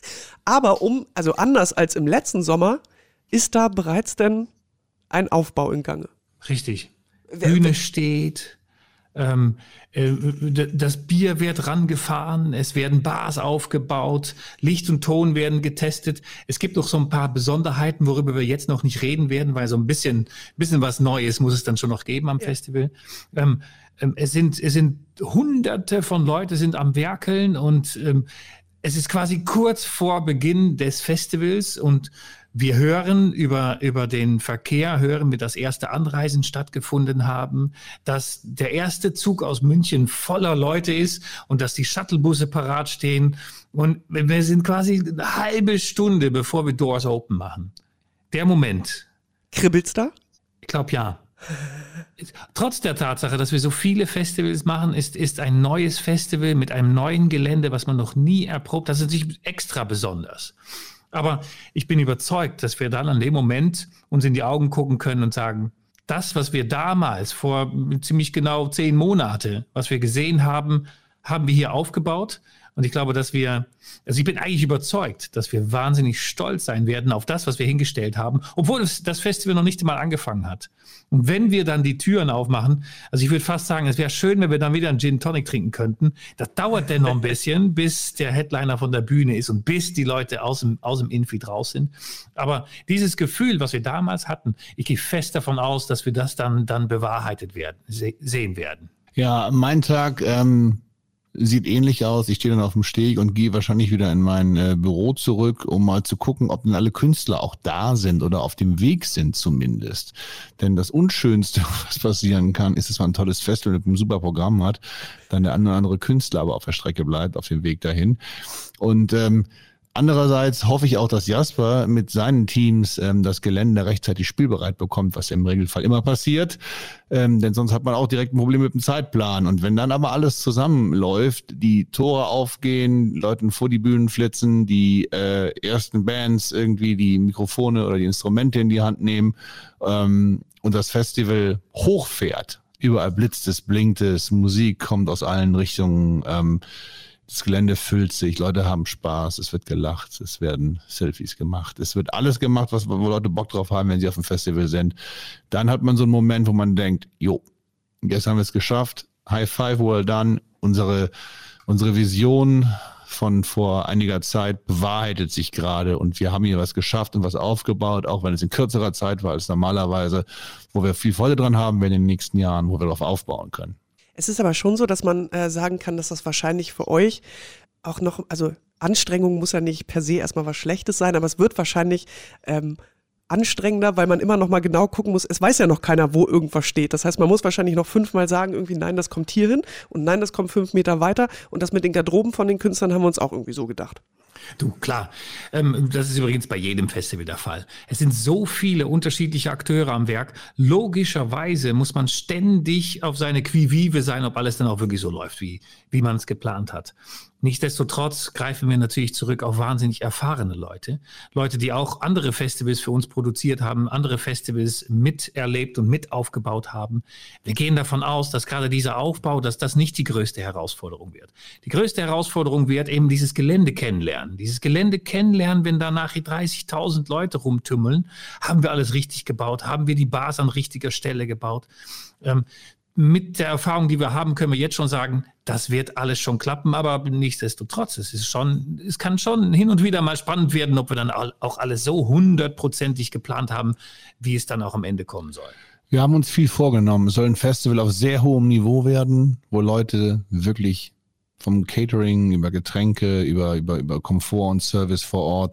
aber um, also anders als im letzten Sommer, ist da bereits denn ein Aufbau in Gange. Richtig. Bühne steht, ähm, äh, das Bier wird rangefahren, es werden Bars aufgebaut, Licht und Ton werden getestet. Es gibt auch so ein paar Besonderheiten, worüber wir jetzt noch nicht reden werden, weil so ein bisschen, bisschen was Neues muss es dann schon noch geben am ja. Festival. Ähm, ähm, es sind, es sind Hunderte von Leute sind am Werkeln und ähm, es ist quasi kurz vor Beginn des Festivals und wir hören über, über den Verkehr, hören wir, dass erste Anreisen stattgefunden haben, dass der erste Zug aus München voller Leute ist und dass die Shuttlebusse parat stehen. Und wir sind quasi eine halbe Stunde, bevor wir Doors Open machen. Der Moment. Kribbelt's da? Ich glaube, ja. Trotz der Tatsache, dass wir so viele Festivals machen, ist, ist ein neues Festival mit einem neuen Gelände, was man noch nie erprobt. Das ist natürlich extra besonders. Aber ich bin überzeugt, dass wir dann an dem Moment uns in die Augen gucken können und sagen, das, was wir damals vor ziemlich genau zehn Monate, was wir gesehen haben, haben wir hier aufgebaut. Und ich glaube, dass wir, also ich bin eigentlich überzeugt, dass wir wahnsinnig stolz sein werden auf das, was wir hingestellt haben, obwohl das Festival noch nicht einmal angefangen hat. Und wenn wir dann die Türen aufmachen, also ich würde fast sagen, es wäre schön, wenn wir dann wieder einen Gin Tonic trinken könnten. Das dauert denn noch ein bisschen, bis der Headliner von der Bühne ist und bis die Leute aus dem, aus dem Infeed raus sind. Aber dieses Gefühl, was wir damals hatten, ich gehe fest davon aus, dass wir das dann, dann bewahrheitet werden, se- sehen werden. Ja, mein Tag, ähm sieht ähnlich aus. Ich stehe dann auf dem Steg und gehe wahrscheinlich wieder in mein äh, Büro zurück, um mal zu gucken, ob denn alle Künstler auch da sind oder auf dem Weg sind zumindest. Denn das Unschönste, was passieren kann, ist, dass man ein tolles Festival mit einem super Programm hat, dann der eine oder andere Künstler aber auf der Strecke bleibt, auf dem Weg dahin. Und ähm, andererseits hoffe ich auch, dass Jasper mit seinen Teams ähm, das Gelände rechtzeitig spielbereit bekommt, was im Regelfall immer passiert. Ähm, denn sonst hat man auch direkt ein Problem mit dem Zeitplan. Und wenn dann aber alles zusammenläuft, die Tore aufgehen, Leuten vor die Bühnen flitzen, die äh, ersten Bands irgendwie die Mikrofone oder die Instrumente in die Hand nehmen ähm, und das Festival hochfährt, überall blitzt es, blinkt es, Musik kommt aus allen Richtungen, ähm, das Gelände füllt sich, Leute haben Spaß, es wird gelacht, es werden Selfies gemacht, es wird alles gemacht, was, wo Leute Bock drauf haben, wenn sie auf dem Festival sind. Dann hat man so einen Moment, wo man denkt, jo, jetzt haben wir es geschafft, High Five, well done, unsere, unsere Vision von vor einiger Zeit bewahrheitet sich gerade und wir haben hier was geschafft und was aufgebaut, auch wenn es in kürzerer Zeit war als normalerweise, wo wir viel Freude dran haben werden in den nächsten Jahren, wo wir darauf aufbauen können. Es ist aber schon so, dass man äh, sagen kann, dass das wahrscheinlich für euch auch noch, also Anstrengung muss ja nicht per se erstmal was Schlechtes sein, aber es wird wahrscheinlich ähm, anstrengender, weil man immer noch mal genau gucken muss. Es weiß ja noch keiner, wo irgendwas steht. Das heißt, man muss wahrscheinlich noch fünfmal sagen, irgendwie nein, das kommt hier hin und nein, das kommt fünf Meter weiter. Und das mit den Garderoben von den Künstlern haben wir uns auch irgendwie so gedacht. Du, klar. Ähm, das ist übrigens bei jedem Festival der Fall. Es sind so viele unterschiedliche Akteure am Werk. Logischerweise muss man ständig auf seine qui vive sein, ob alles dann auch wirklich so läuft, wie, wie man es geplant hat. Nichtsdestotrotz greifen wir natürlich zurück auf wahnsinnig erfahrene Leute. Leute, die auch andere Festivals für uns produziert haben, andere Festivals miterlebt und mit aufgebaut haben. Wir gehen davon aus, dass gerade dieser Aufbau, dass das nicht die größte Herausforderung wird. Die größte Herausforderung wird eben dieses Gelände kennenlernen. Dieses Gelände kennenlernen, wenn danach dreißigtausend Leute rumtümmeln. Haben wir alles richtig gebaut? Haben wir die Bars an richtiger Stelle gebaut? Ähm, Mit der Erfahrung, die wir haben, können wir jetzt schon sagen, das wird alles schon klappen, aber nichtsdestotrotz, es ist schon, es kann schon hin und wieder mal spannend werden, ob wir dann auch alles so hundertprozentig geplant haben, wie es dann auch am Ende kommen soll. Wir haben uns viel vorgenommen. Es soll ein Festival auf sehr hohem Niveau werden, wo Leute wirklich vom Catering über Getränke, über, über, über Komfort und Service vor Ort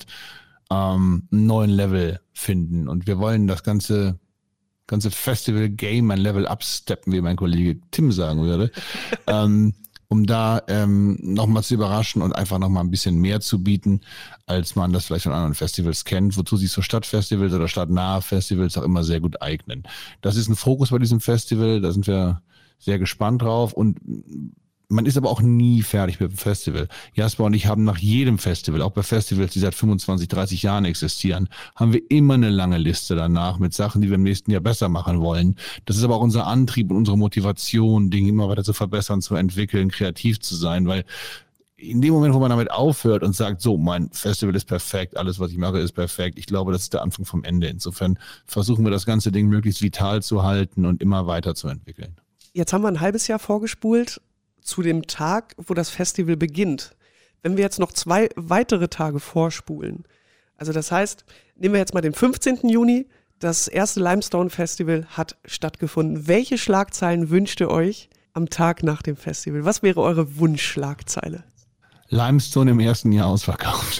ähm, einen neuen Level finden. Und wir wollen das ganze ganze Festival-Game ein Level upsteppen, wie mein Kollege Tim sagen würde, ähm, um da ähm, nochmal zu überraschen und einfach nochmal ein bisschen mehr zu bieten, als man das vielleicht von anderen Festivals kennt, wozu sich so Stadtfestivals oder stadtnahe Festivals auch immer sehr gut eignen. Das ist ein Fokus bei diesem Festival, da sind wir sehr gespannt drauf und man ist aber auch nie fertig mit dem Festival. Jasper und ich haben nach jedem Festival, auch bei Festivals, die seit fünfundzwanzig, dreißig Jahren existieren, haben wir immer eine lange Liste danach mit Sachen, die wir im nächsten Jahr besser machen wollen. Das ist aber auch unser Antrieb und unsere Motivation, Dinge immer weiter zu verbessern, zu entwickeln, kreativ zu sein, weil in dem Moment, wo man damit aufhört und sagt, so, mein Festival ist perfekt, alles, was ich mache, ist perfekt, ich glaube, das ist der Anfang vom Ende. Insofern versuchen wir das ganze Ding möglichst vital zu halten und immer weiter zu entwickeln. Jetzt haben wir ein halbes Jahr vorgespult zu dem Tag, wo das Festival beginnt. Wenn wir jetzt noch zwei weitere Tage vorspulen, also das heißt, nehmen wir jetzt mal den fünfzehnten Juni, das erste Limestone Festival hat stattgefunden. Welche Schlagzeilen wünscht ihr euch am Tag nach dem Festival? Was wäre eure Wunschschlagzeile? Limestone im ersten Jahr ausverkauft.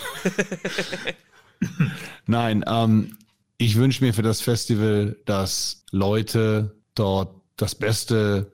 Nein, ähm, ich wünsche mir für das Festival, dass Leute dort das beste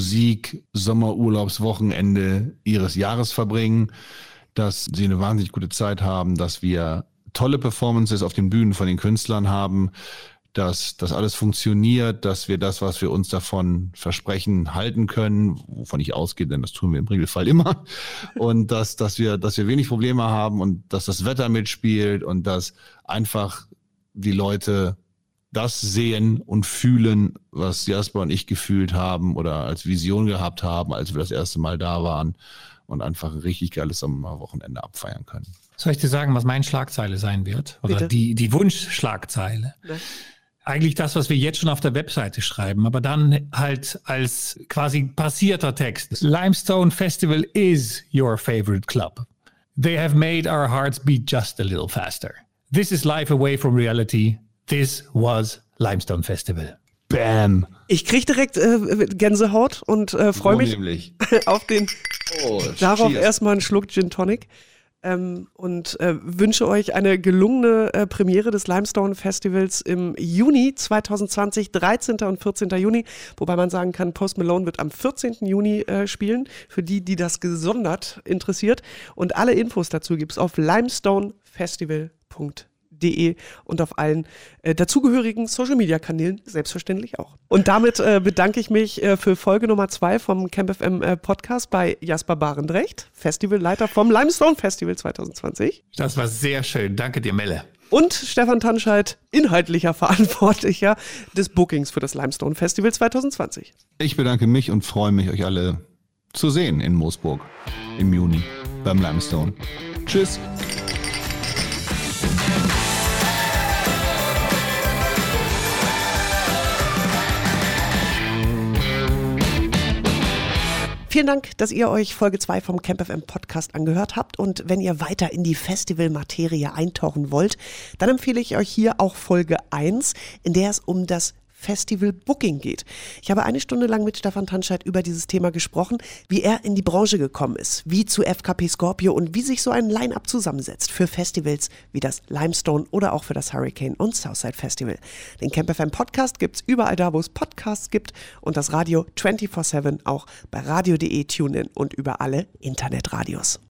Musik-Sommerurlaubswochenende ihres Jahres verbringen, dass sie eine wahnsinnig gute Zeit haben, dass wir tolle Performances auf den Bühnen von den Künstlern haben, dass das alles funktioniert, dass wir das, was wir uns davon versprechen, halten können, wovon ich ausgehe, denn das tun wir im Regelfall immer, und dass, dass wir, dass wir wenig Probleme haben und dass das Wetter mitspielt und dass einfach die Leute das sehen und fühlen, was Jasper und ich gefühlt haben oder als Vision gehabt haben, als wir das erste Mal da waren und einfach ein richtig geiles Sommerwochenende abfeiern können. Soll ich dir sagen, was meine Schlagzeile sein wird? Oder Bitte? die, die Wunschschlagzeile? Ja. Eigentlich das, was wir jetzt schon auf der Webseite schreiben, aber dann halt als quasi passierter Text. Limestone Festival is your favorite club. They have made our hearts beat just a little faster. This is life away from reality. This was Limestone Festival. Bam. Ich kriege direkt äh, Gänsehaut und äh, freue mich nämlich? auf den, Oh, darauf cheers. erstmal einen Schluck Gin Tonic. Ähm, und äh, wünsche euch eine gelungene äh, Premiere des Limestone Festivals im Juni zwanzig zwanzig, dreizehnten und vierzehnten Juni, wobei man sagen kann, Post Malone wird am vierzehnten Juni äh, spielen, für die, die das gesondert interessiert. Und alle Infos dazu gibt es auf limestonefestival punkt de und auf allen äh, dazugehörigen Social-Media-Kanälen selbstverständlich auch. Und damit äh, bedanke ich mich äh, für Folge Nummer zwei vom Camp F M äh, Podcast bei Jasper Barendrecht, Festivalleiter vom Limestone Festival zwanzig zwanzig. Das war sehr schön. Danke dir, Melle. Und Stefan Tanscheid, inhaltlicher Verantwortlicher des Bookings für das Limestone Festival zwanzig zwanzig. Ich bedanke mich und freue mich, euch alle zu sehen in Moosburg im Juni beim Limestone. Tschüss. Vielen Dank, dass ihr euch Folge zwei vom Camp F M Podcast angehört habt. Und wenn ihr weiter in die Festivalmaterie eintauchen wollt, dann empfehle ich euch hier auch Folge eins, in der es um das Festival Booking geht. Ich habe eine Stunde lang mit Stefan Tanscheid über dieses Thema gesprochen, wie er in die Branche gekommen ist, wie zu F K P Scorpio und wie sich so ein Line-Up zusammensetzt für Festivals wie das Limestone oder auch für das Hurricane und Southside Festival. Den Camp F M Podcast gibt's überall da, wo es Podcasts gibt und das Radio vierundzwanzig sieben auch bei radio punkt de, TuneIn und über alle Internetradios.